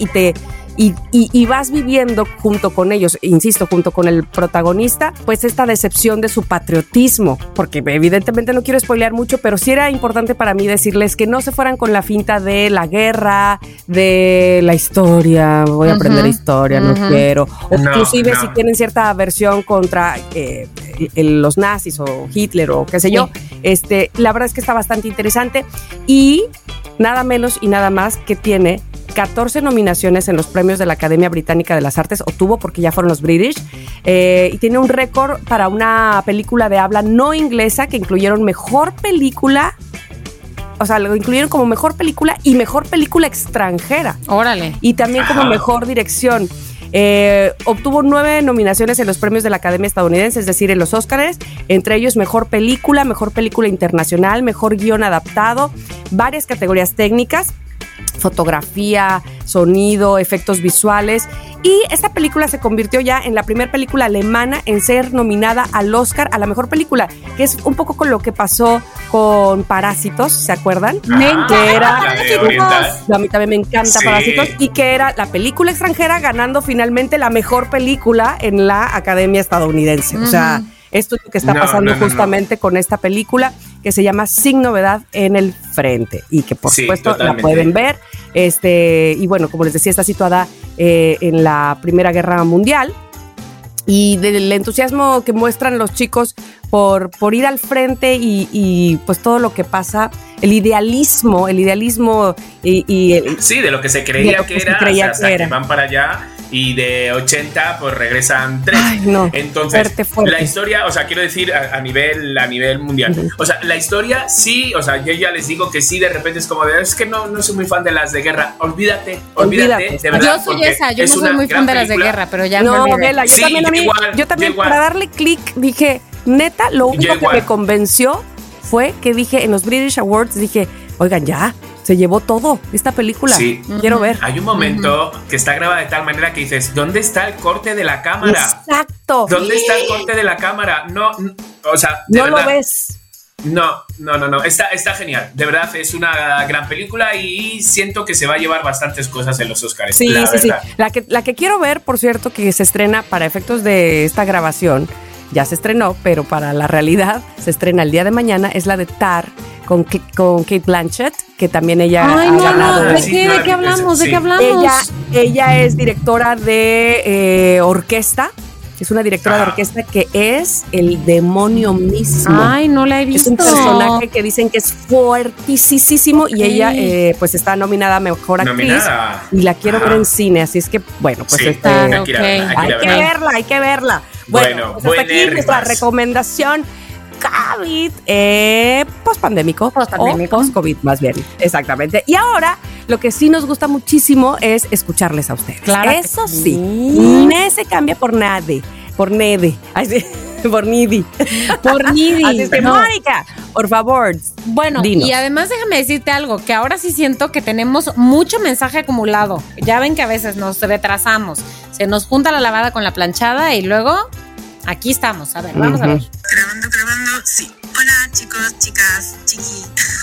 y vas viviendo junto con ellos, insisto, junto con el protagonista, pues esta decepción de su patriotismo, porque evidentemente no quiero spoilear mucho, pero sí era importante para mí decirles que no se fueran con la finta de la guerra, de la historia, voy a aprender historia, no quiero, o inclusive si tienen cierta aversión contra los nazis o Hitler o qué sé yo, la verdad es que está bastante interesante, y nada menos y nada más que tiene 14 nominaciones en los premios de la Academia Británica de las Artes, o tuvo porque ya fueron los British, y tiene un récord para una película de habla no inglesa que incluyeron mejor película, o sea, lo incluyeron como mejor película y mejor película extranjera.
Órale.
Y también como mejor dirección. Obtuvo 9 nominaciones en los premios de la Academia Estadounidense, es decir, en los Óscares, entre ellos mejor película internacional, mejor guión adaptado, varias categorías técnicas, fotografía, sonido, efectos visuales, y esta película se convirtió ya en la primera película alemana en ser nominada al Oscar a la mejor película, que es un poco con lo que pasó con Parásitos, ¿se acuerdan?
Me encanta.
A mí también me encanta Parásitos, y que era la película extranjera ganando finalmente la mejor película en la Academia estadounidense. O sea, esto es lo que está pasando justamente con esta película, que se llama Sin Novedad en el Frente, y que por supuesto totalmente la pueden ver. Y bueno, como les decía, está situada en la Primera Guerra Mundial, y del entusiasmo que muestran los chicos por ir al frente, y pues todo lo que pasa, el idealismo y
sí, de lo que se creía que era, que van para allá y de 80 pues regresan 3.
Ay, no.
Entonces,
fuerte.
la historia, o sea, quiero decir a nivel mundial. Uh-huh. O sea, la historia sí, o sea, yo ya les digo que sí, de repente es como de, es que no soy muy fan de las de guerra. Olvídate, de verdad.
Yo soy esa, yo no soy muy fan de las de guerra, pero ya
no, Vela, yo también a mí, yo también para darle clic dije, neta, lo único que me convenció fue que dije en los British Awards, dije, oigan, ya, se llevó todo esta película. Sí. Quiero ver.
Hay un momento que está grabada de tal manera que dices, ¿dónde está el corte de la cámara?
Exacto.
¿Dónde está el corte de la cámara? No, o sea, de
verdad,
lo
ves.
No. Está genial. De verdad, es una gran película y siento que se va a llevar bastantes cosas en los Oscars.
Sí. La que quiero ver, por cierto, que se estrena para efectos de esta grabación, ya se estrenó, pero para la realidad se estrena el día de mañana, es la de Tar con Cate Blanchett, que también ella ha ganado.
¿De qué hablamos? ¿De qué hablamos?
Ella es directora de orquesta. Es una directora de orquesta que es el demonio mismo.
Ay, no la he visto.
Es un personaje que dicen que es fuertísimo y ella pues está nominada a Mejor Actriz y la quiero ver en cine, así es que bueno, pues
hay
que verla. Bueno, pues hasta aquí nuestra recomendación COVID post-pandémico o post-COVID más bien, exactamente. Y ahora, lo que sí nos gusta muchísimo es escucharles a ustedes.
Claro.
Eso sí. Ne se cambia por nade, por nede. Así, por nidi.
Por nidi.
Así es que, Mónica, por favor,
bueno, dinos. Y además déjame decirte algo, que ahora sí siento que tenemos mucho mensaje acumulado. Ya ven que a veces nos retrasamos, se nos junta la lavada con la planchada y luego aquí estamos. A ver, vamos a ver.
Grabando, sí. Hola, chicos, chicas, chiqui.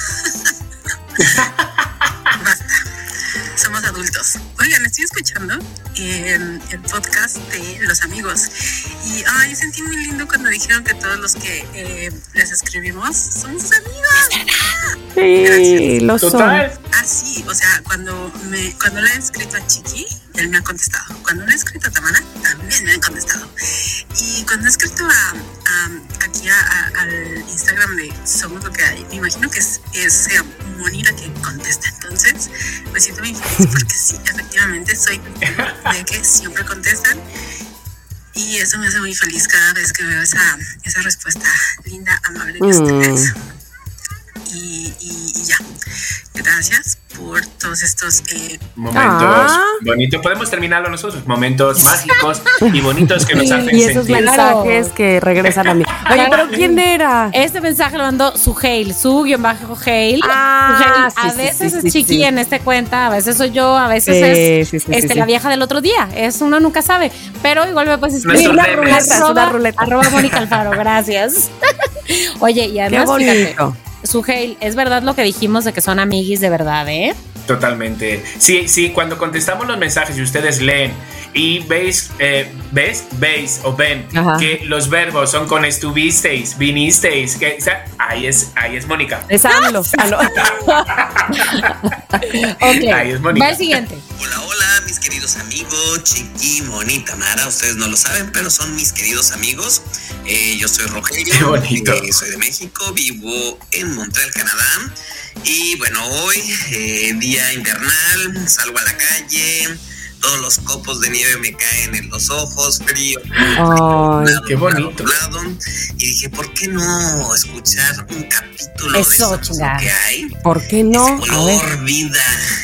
Basta. Somos adultos. Oigan, estoy escuchando el podcast de Los Amigos y sentí muy lindo cuando dijeron que todos los que les escribimos somos sus amigos.
Sí, lo son.
Sí, o sea, cuando le he escrito a Chiqui, él me ha contestado. Cuando le he escrito a Tamara, también me han contestado. Y cuando he escrito aquí al Instagram de Somos Lo Que Hay, me imagino que es Mónica que contesta. Entonces, me siento muy feliz porque sí, efectivamente soy de que siempre contestan. Y eso me hace muy feliz cada vez que veo esa respuesta linda, amable de ustedes. Y ya. Gracias por todos estos
momentos bonitos. Podemos terminarlo nosotros. Momentos mágicos y bonitos que nos hacen sentir.
Y esos mensajes que regresan a mí. Oye, ¿pero quién era?
Este mensaje lo mandó Suheil, su_Heil. A veces es Chiqui en este cuenta, a veces soy yo, a veces es la vieja del otro día. Uno nunca sabe. Pero igual me puedes escribir @ Mónica Alfaro. Gracias. Oye, y además, fíjate, Suheil, es verdad lo que dijimos de que son amiguis de verdad, ¿eh?
Totalmente. Sí, cuando contestamos los mensajes y ustedes leen y veis o ven que los verbos son con estuvisteis, vinisteis, que, o sea, ahí es Mónica.
Es AMLO.
Okay. Ahí es Mónica. Va el siguiente.
Hola, mis queridos amigos, Chiqui, Moni, Tamara. Ustedes no lo saben, pero son mis queridos amigos. Yo soy Rogelio.
Qué bonito.
Soy de México, vivo en Montreal, Canadá. Y bueno, hoy, día invernal, salgo a la calle, todos los copos de nieve me caen en los ojos, frío.
¡Ay,
qué bonito!
Y dije, ¿por qué no escuchar un capítulo de Somos Lo Que Hay?
¿Por qué no?
Ese color, vida,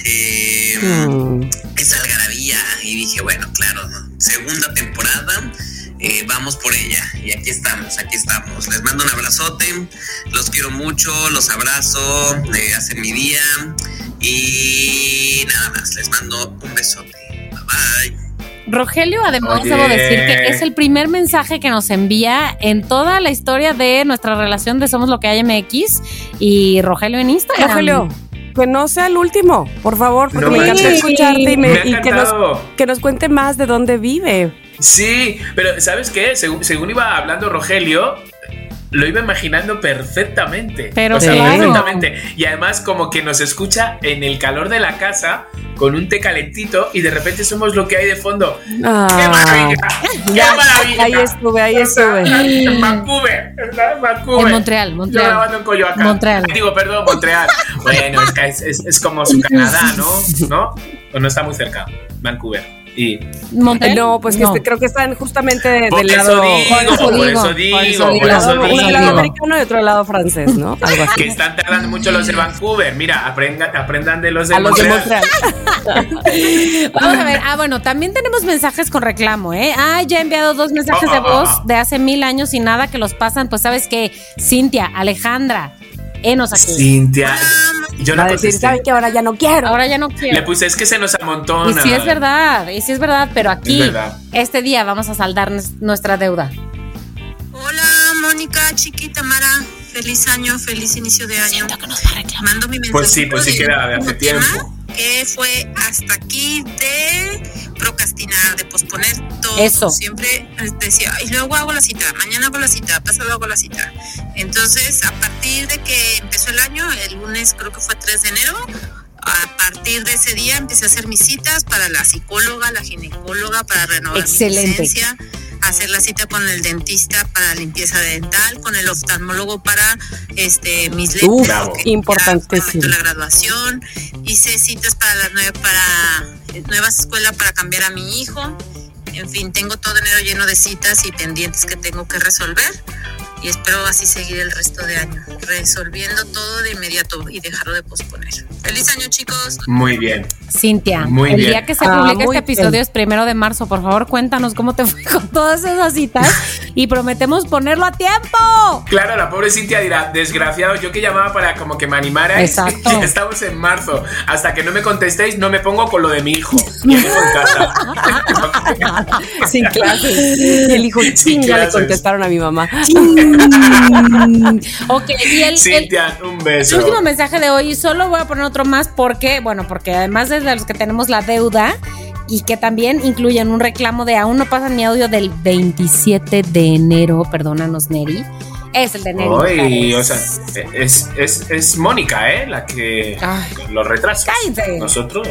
esa algarabía. Y dije, bueno, claro, segunda temporada. Vamos por ella y aquí estamos. Les mando un abrazote, los quiero mucho, los abrazo, hacen mi día y nada más, les mando un besote. Bye.
Rogelio, además, debo decir que es el primer mensaje que nos envía en toda la historia de nuestra relación de Somos Lo Que Hay MX y Rogelio en Instagram.
Rogelio, que no sea el último, por favor, porque me encanta escucharte y que nos cuente más de dónde vive.
Sí, pero ¿sabes qué? Según iba hablando Rogelio, lo iba imaginando perfectamente.
Pero claro.
Perfectamente. Y además como que nos escucha en el calor de la casa con un té calentito y de repente somos lo que hay de fondo. ¡Qué maravilla! ¡Qué maravilla!
Ahí estuve.
En Vancouver.
En Montreal.
Yo grabando en Coyoacán.
Montreal.
Montreal. Bueno, es como su Canadá, ¿no? ¿O no está muy cerca? Vancouver. Y
¿Monterrey?
No, pues que creo que están justamente
por
del
eso
lado...
digo.
Uno del lado americano y otro del lado francés, ¿no? Algo así.
Que están tardando mucho los de Vancouver. Mira, aprendan de los de
A los de
Montreal.
Montreal.
Vamos a ver. Bueno, también tenemos mensajes con reclamo, ¿eh? Ya he enviado 2 mensajes de voz de hace 1000 años y nada que los pasan. Pues, ¿sabes qué? Cintia, Alejandra, enos aquí.
Cintia, yo
Va
no
a decir,
contesté.
¿saben que ahora ya no quiero?
Ahora ya no quiero.
Le puse, es que se nos amontona.
Y sí es verdad, pero aquí,
Es verdad.
este día vamos a saldar nuestra deuda.
Hola, Mónica, chiquita Mara. Feliz año, feliz inicio de año. Mando mi mensaje.
Pues sí queda de hace tiempo.
Que fue hasta aquí de procrastinar, de posponer todo.
Eso.
Siempre decía, y luego hago la cita, mañana hago la cita, pasado hago la cita. Entonces, a partir de que empezó el año, el lunes creo que fue 3 de enero, a partir de ese día empecé a hacer mis citas para la psicóloga, la ginecóloga, para renovar mi licencia, hacer la cita con el dentista para limpieza dental, con el oftalmólogo para mis lentes.
Bravo.
Importantísimo.
La graduación, hice citas para nuevas escuelas para cambiar a mi hijo. En fin, tengo todo enero lleno de citas y pendientes que tengo que resolver. Y espero así seguir el resto de año, resolviendo todo de inmediato y dejarlo de posponer. ¡Feliz año, chicos!
Muy bien.
Cintia,
Muy
el
bien.
día que se publique
muy
este episodio
bien.
es 1 de marzo. Por favor, cuéntanos cómo te fue con todas esas citas y prometemos ponerlo a tiempo.
Claro, la pobre Cintia dirá, desgraciado, yo que llamaba para como que me animarais.
Exacto.
Ya estamos en marzo. Hasta que no me contestéis, no me pongo con lo de mi hijo. Mi hijo en casa.
Sin clases. Y el hijo,
Sin
ya le
clases.
contestaron a mi mamá.
Ok, y
Cintia, un
el
beso.
último mensaje de hoy, solo voy a poner otro más porque además de los que tenemos la deuda y que también incluyen un reclamo de aún no pasan mi audio del 27 de enero, perdónanos, Neri. Es el de Neri.
Oye,
Mujeres.
o sea, es Mónica, la que
Ay.
lo retrasa.
Cállense.
Nosotros.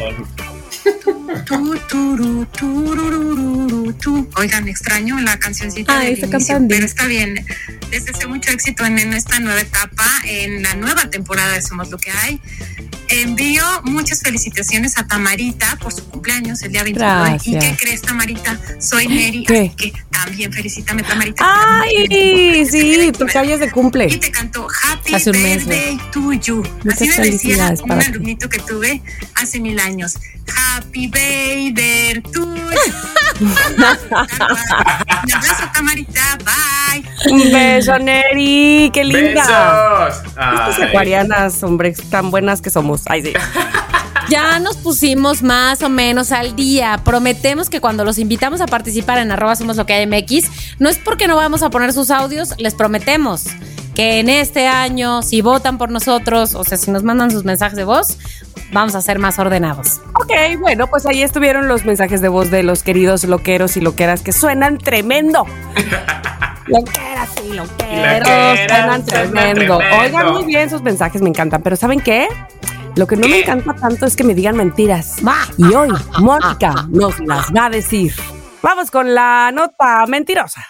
Oigan, extraño la cancioncita
Ay,
del
está
inicio,
cantando.
pero está bien. Les deseo mucho éxito en esta nueva etapa, en la nueva temporada de Somos Lo Que Hay. Envío muchas felicitaciones a Tamarita por su cumpleaños el día 29.
Gracias.
¿Y qué crees, Tamarita? Soy Neri,
¿Qué?
así que también felicítame, Tamarita.
Ay, sí, tu calle es de
Y
cumple.
te cantó Happy
Hace un mes,
Birthday to you.
Muchas
Así me decía
felicidades
un
para ti.
alumnito que tuve hace 1000 años. Happy Birthday to you. Un abrazo, Tamarita. Bye.
Un beso, Neri, qué linda.
¡Besos!
Estas
Ay.
acuarianas, hombre, tan buenas que somos. Ay, sí.
Ya nos pusimos más o menos al día. Prometemos que cuando los invitamos a participar en @somosloquehayMX, no es porque no vamos a poner sus audios, les prometemos que en este año, si votan por nosotros, o sea, si nos mandan sus mensajes de voz, vamos a ser más ordenados.
Ok, bueno, pues ahí estuvieron los mensajes de voz de los queridos loqueros y loqueras que suenan tremendo. Loqueras y loqueros suenan tremendo. Oigan, muy bien sus mensajes, me encantan. Pero ¿saben qué? Lo que no me encanta tanto es que me digan mentiras. Y hoy Mónica nos las va a decir. Vamos con la nota mentirosa.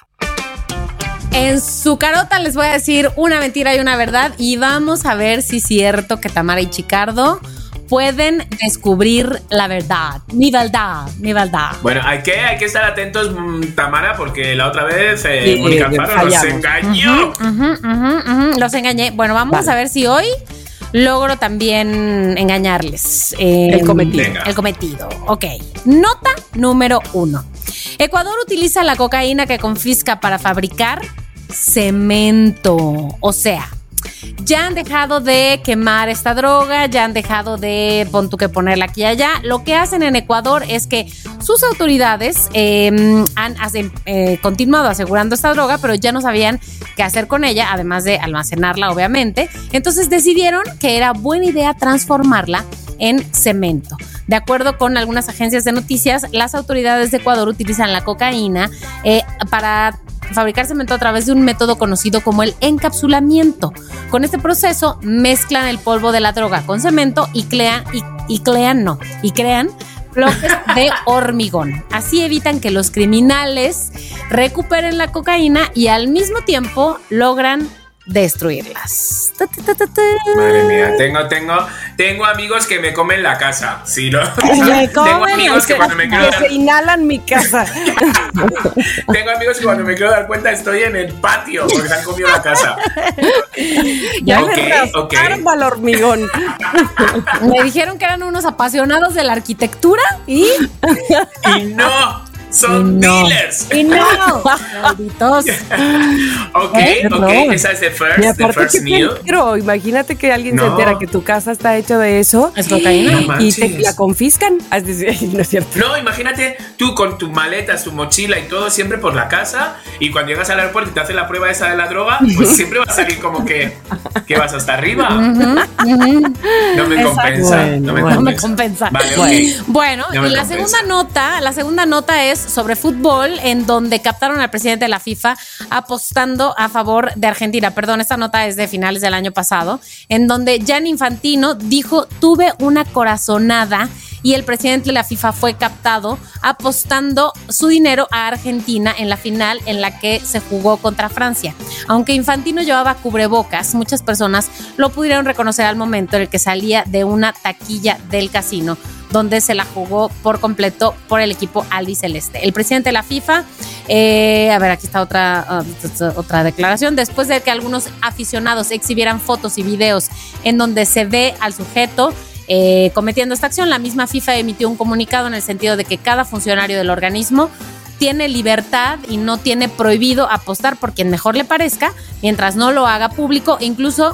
En su carota les voy a decir una mentira y una verdad y vamos a ver si es cierto que Tamara y Chicardo pueden descubrir la verdad. Mi verdad.
Bueno, hay que estar atentos, Tamara, porque la otra vez
Sí,
Mónica Alfaro nos
fallamos.
engañó.
Los engañé. Bueno, vamos a ver si hoy logro también engañarles.
El cometido.
Venga.
El cometido. Ok. Nota número 1. Ecuador utiliza la cocaína que confisca para fabricar cemento. O sea, ya han dejado de quemar esta droga, ya han dejado de ponerla aquí y allá. Lo que hacen en Ecuador es que sus autoridades han continuado asegurando esta droga, pero ya no sabían qué hacer con ella, además de almacenarla, obviamente. Entonces decidieron que era buena idea transformarla en cemento. De acuerdo con algunas agencias de noticias, las autoridades de Ecuador utilizan la cocaína para fabricar cemento a través de un método conocido como el encapsulamiento. Con este proceso mezclan el polvo de la droga con cemento y crean bloques de hormigón. Así evitan que los criminales recuperen la cocaína y al mismo tiempo logran destruirlas.
Madre mía, tengo amigos que me comen la casa. Sí, ¿no? Tengo amigos que cuando me quiero
se inhalan mi casa.
Tengo amigos que cuando me quiero dar cuenta estoy en el patio porque se han comido la casa.
Ya me rasparon al hormigón.
Me dijeron que eran unos apasionados de la arquitectura y
no. Son dealers.
Y no. Malditos.
Ok, esa es the first news.
Pero imagínate que alguien se entera que tu casa está hecha de eso.
Es cocaína.
Y te la confiscan. No es cierto.
No, imagínate tú con tus maletas, tu mochila y todo siempre por la casa, y cuando llegas al aeropuerto y te hacen la prueba esa de la droga, pues siempre va a salir como que vas hasta arriba. No me compensa. No me compensa. Vale,
bueno, y la segunda nota es sobre fútbol, en donde captaron al presidente de la FIFA apostando a favor de Argentina. Perdón, esta nota es de finales del año pasado, en donde Gianni Infantino dijo: tuve una corazonada, y el presidente de la FIFA fue captado apostando su dinero a Argentina en la final en la que se jugó contra Francia. Aunque Infantino llevaba cubrebocas, muchas personas lo pudieron reconocer al momento en el que salía de una taquilla del casino, donde se la jugó por completo por el equipo albiceleste. El presidente de la FIFA, aquí está otra declaración. Después de que algunos aficionados exhibieran fotos y videos en donde se ve al sujeto cometiendo esta acción, la misma FIFA emitió un comunicado en el sentido de que cada funcionario del organismo tiene libertad y no tiene prohibido apostar por quien mejor le parezca, mientras no lo haga público, incluso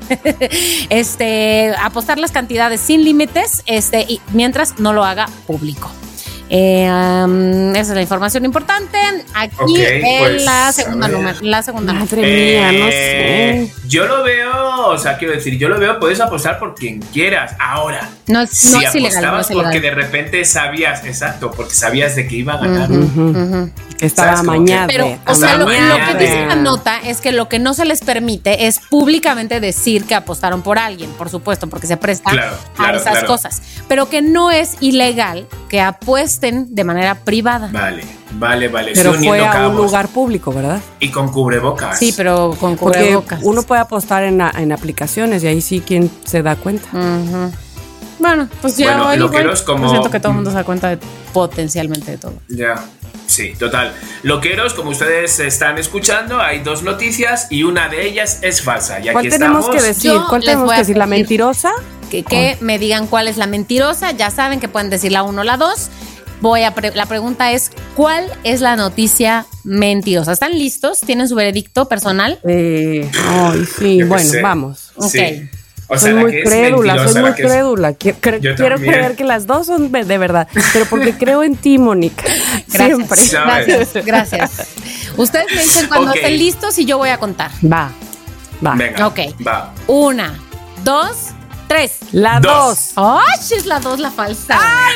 apostar las cantidades sin límites, y mientras no lo haga público. Esa es la información importante. Aquí pues, la segunda número.
Madre mía, no sé.
Yo lo veo, puedes apostar por quien quieras. Ahora, si apostabas
ilegal,
porque de repente sabías de que iba a ganar.
Que estaba amañado.
Pero, lo que dice la nota es que lo que no se les permite es públicamente decir que apostaron por alguien, por supuesto, porque se presta a esas cosas. Pero que no es ilegal que apuesten de manera privada.
Vale.
Pero fue a un lugar público, ¿verdad?
Y con cubrebocas.
Sí, pero con cubrebocas.
Porque uno puede apostar en aplicaciones y ahí sí quien se da cuenta.
Bueno, pues ya
siento
que todo el mundo se da cuenta potencialmente de todo.
Ya. Sí, total. Loqueros, como ustedes están escuchando, hay dos noticias y una de ellas es falsa. Y
¿Cuál tenemos que decir? ¿Cuál tenemos que decir? ¿La mentirosa?
Que me digan cuál es la mentirosa. Ya saben que pueden decir la 1 o la 2. La pregunta es: ¿cuál es la noticia mentirosa? ¿Están listos? ¿Tienen su veredicto personal?
Sí, bueno, vamos.
Ok.
Sí. O sea,
soy muy crédula. Quiero creer que las dos son de verdad, pero porque creo en ti, Mónica.
Gracias. Ustedes me dicen cuando estén listos y yo voy a contar.
Va.
Venga,
ok.
Va.
1, 2, 3.
La 2.
¡Ay, es la 2 la falsa!
¡Ay,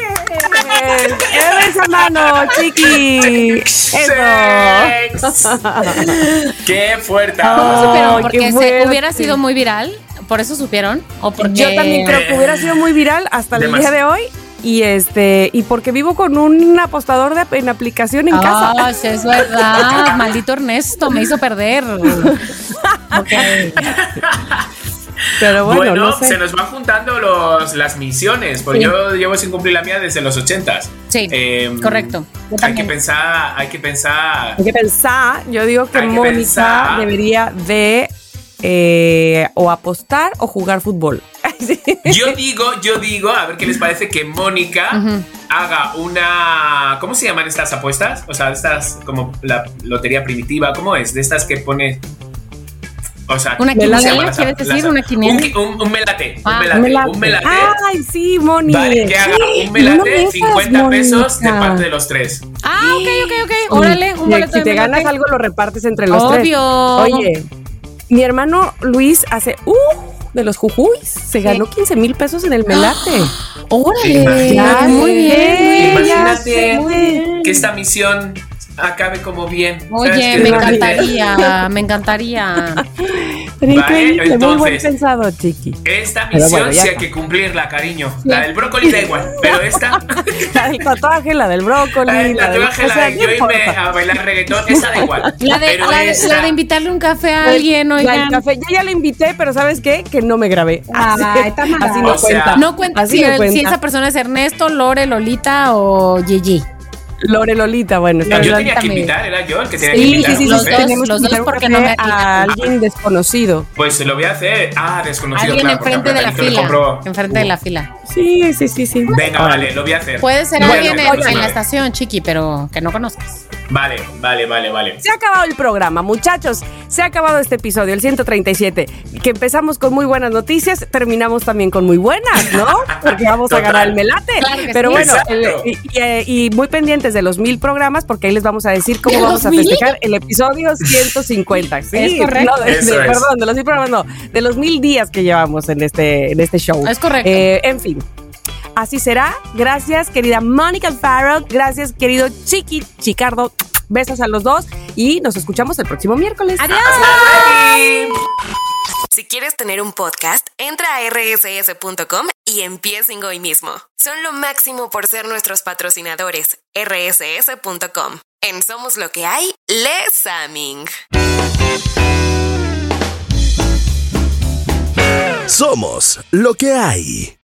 esa mano, chiqui! ¡Eso!
¡Qué fuerte!
¿Cómo supieron? Porque hubiera sido muy viral. ¿Por eso supieron? ¿O porque...
Yo también creo que hubiera sido muy viral hasta el día de hoy. Y porque vivo con un apostador en aplicación en casa.
Sí, es verdad. Maldito Ernesto, me hizo perder.
Pero bueno, no sé.
Se nos van juntando las misiones, porque yo llevo sin cumplir la mía desde los 80s.
Sí, correcto.
Hay que pensar.
Yo digo que Mónica debería de o apostar o jugar fútbol.
Yo digo, a ver qué les parece que Mónica haga una... ¿Cómo se llaman estas apuestas? O sea, de estas como la lotería primitiva. ¿Cómo es? De estas que pone... O sea,
¿una quiniela? ¿Quieres decir una quiniela?
Un melate. Un melate.
Ay, sí, Moni.
Vale, que haga un melate, 50 pesos de parte de los tres.
Ok. Órale, un boleto
si te ganas algo, lo repartes entre los tres.
Obvio.
Oye, mi hermano Luis hace... de los Jujuys, se ganó 15,000 pesos en el melate.
¡Órale! Muy bien.
Imagínate que esta misión acabe como bien.
Oye, me encantaría.
Increíble, muy buen pensado, Chiqui.
Esta misión sí hay que cumplirla, cariño. Sí. La del brócoli da igual, pero esta...
La del tatuaje, la del brócoli.
La tatuaje, la de yo irme a bailar reggaetón, esa da igual.
La de invitarle un café a alguien, oigan.
Café. Yo ya le invité, pero ¿sabes qué? Que no me grabé.
Está mal. Así no cuenta. No cuenta si esa persona es Ernesto, Lore, Lolita o Gigi.
Lore Lolita, bueno.
No, yo tenía que invitar, era yo el que tenía que invitar.
Sí, los dos porque no me
a alguien desconocido.
Pues se lo voy a hacer. Desconocido,
alguien
claro.
Enfrente de la fila. Enfrente de la fila.
Sí.
Venga, vale, lo voy a hacer.
Puede ser alguien en la estación, Chiqui, pero que no conozcas.
Vale.
Se ha acabado el programa, muchachos. Se ha acabado este episodio, el 137. Que empezamos con muy buenas noticias, terminamos también con muy buenas, ¿no? Porque vamos a ganar el melate. Claro pero sí. Bueno, y muy pendientes de los 1000 programas, porque ahí les vamos a decir cómo vamos a festejar el episodio 150. Sí,
es correcto.
No, perdón, de los 1000 programas no, de los 1000 días que llevamos en este show.
Es correcto.
En fin. Así será. Gracias, querida Mónica Alfaro. Gracias, querido Chicardo. Besos a los dos y nos escuchamos el próximo miércoles.
¡Adiós!
Si quieres tener un podcast, entra a rss.com y empiecen hoy mismo. Son lo máximo por ser nuestros patrocinadores. rss.com. En Somos Lo que hay, Lesaming.
Somos lo que hay.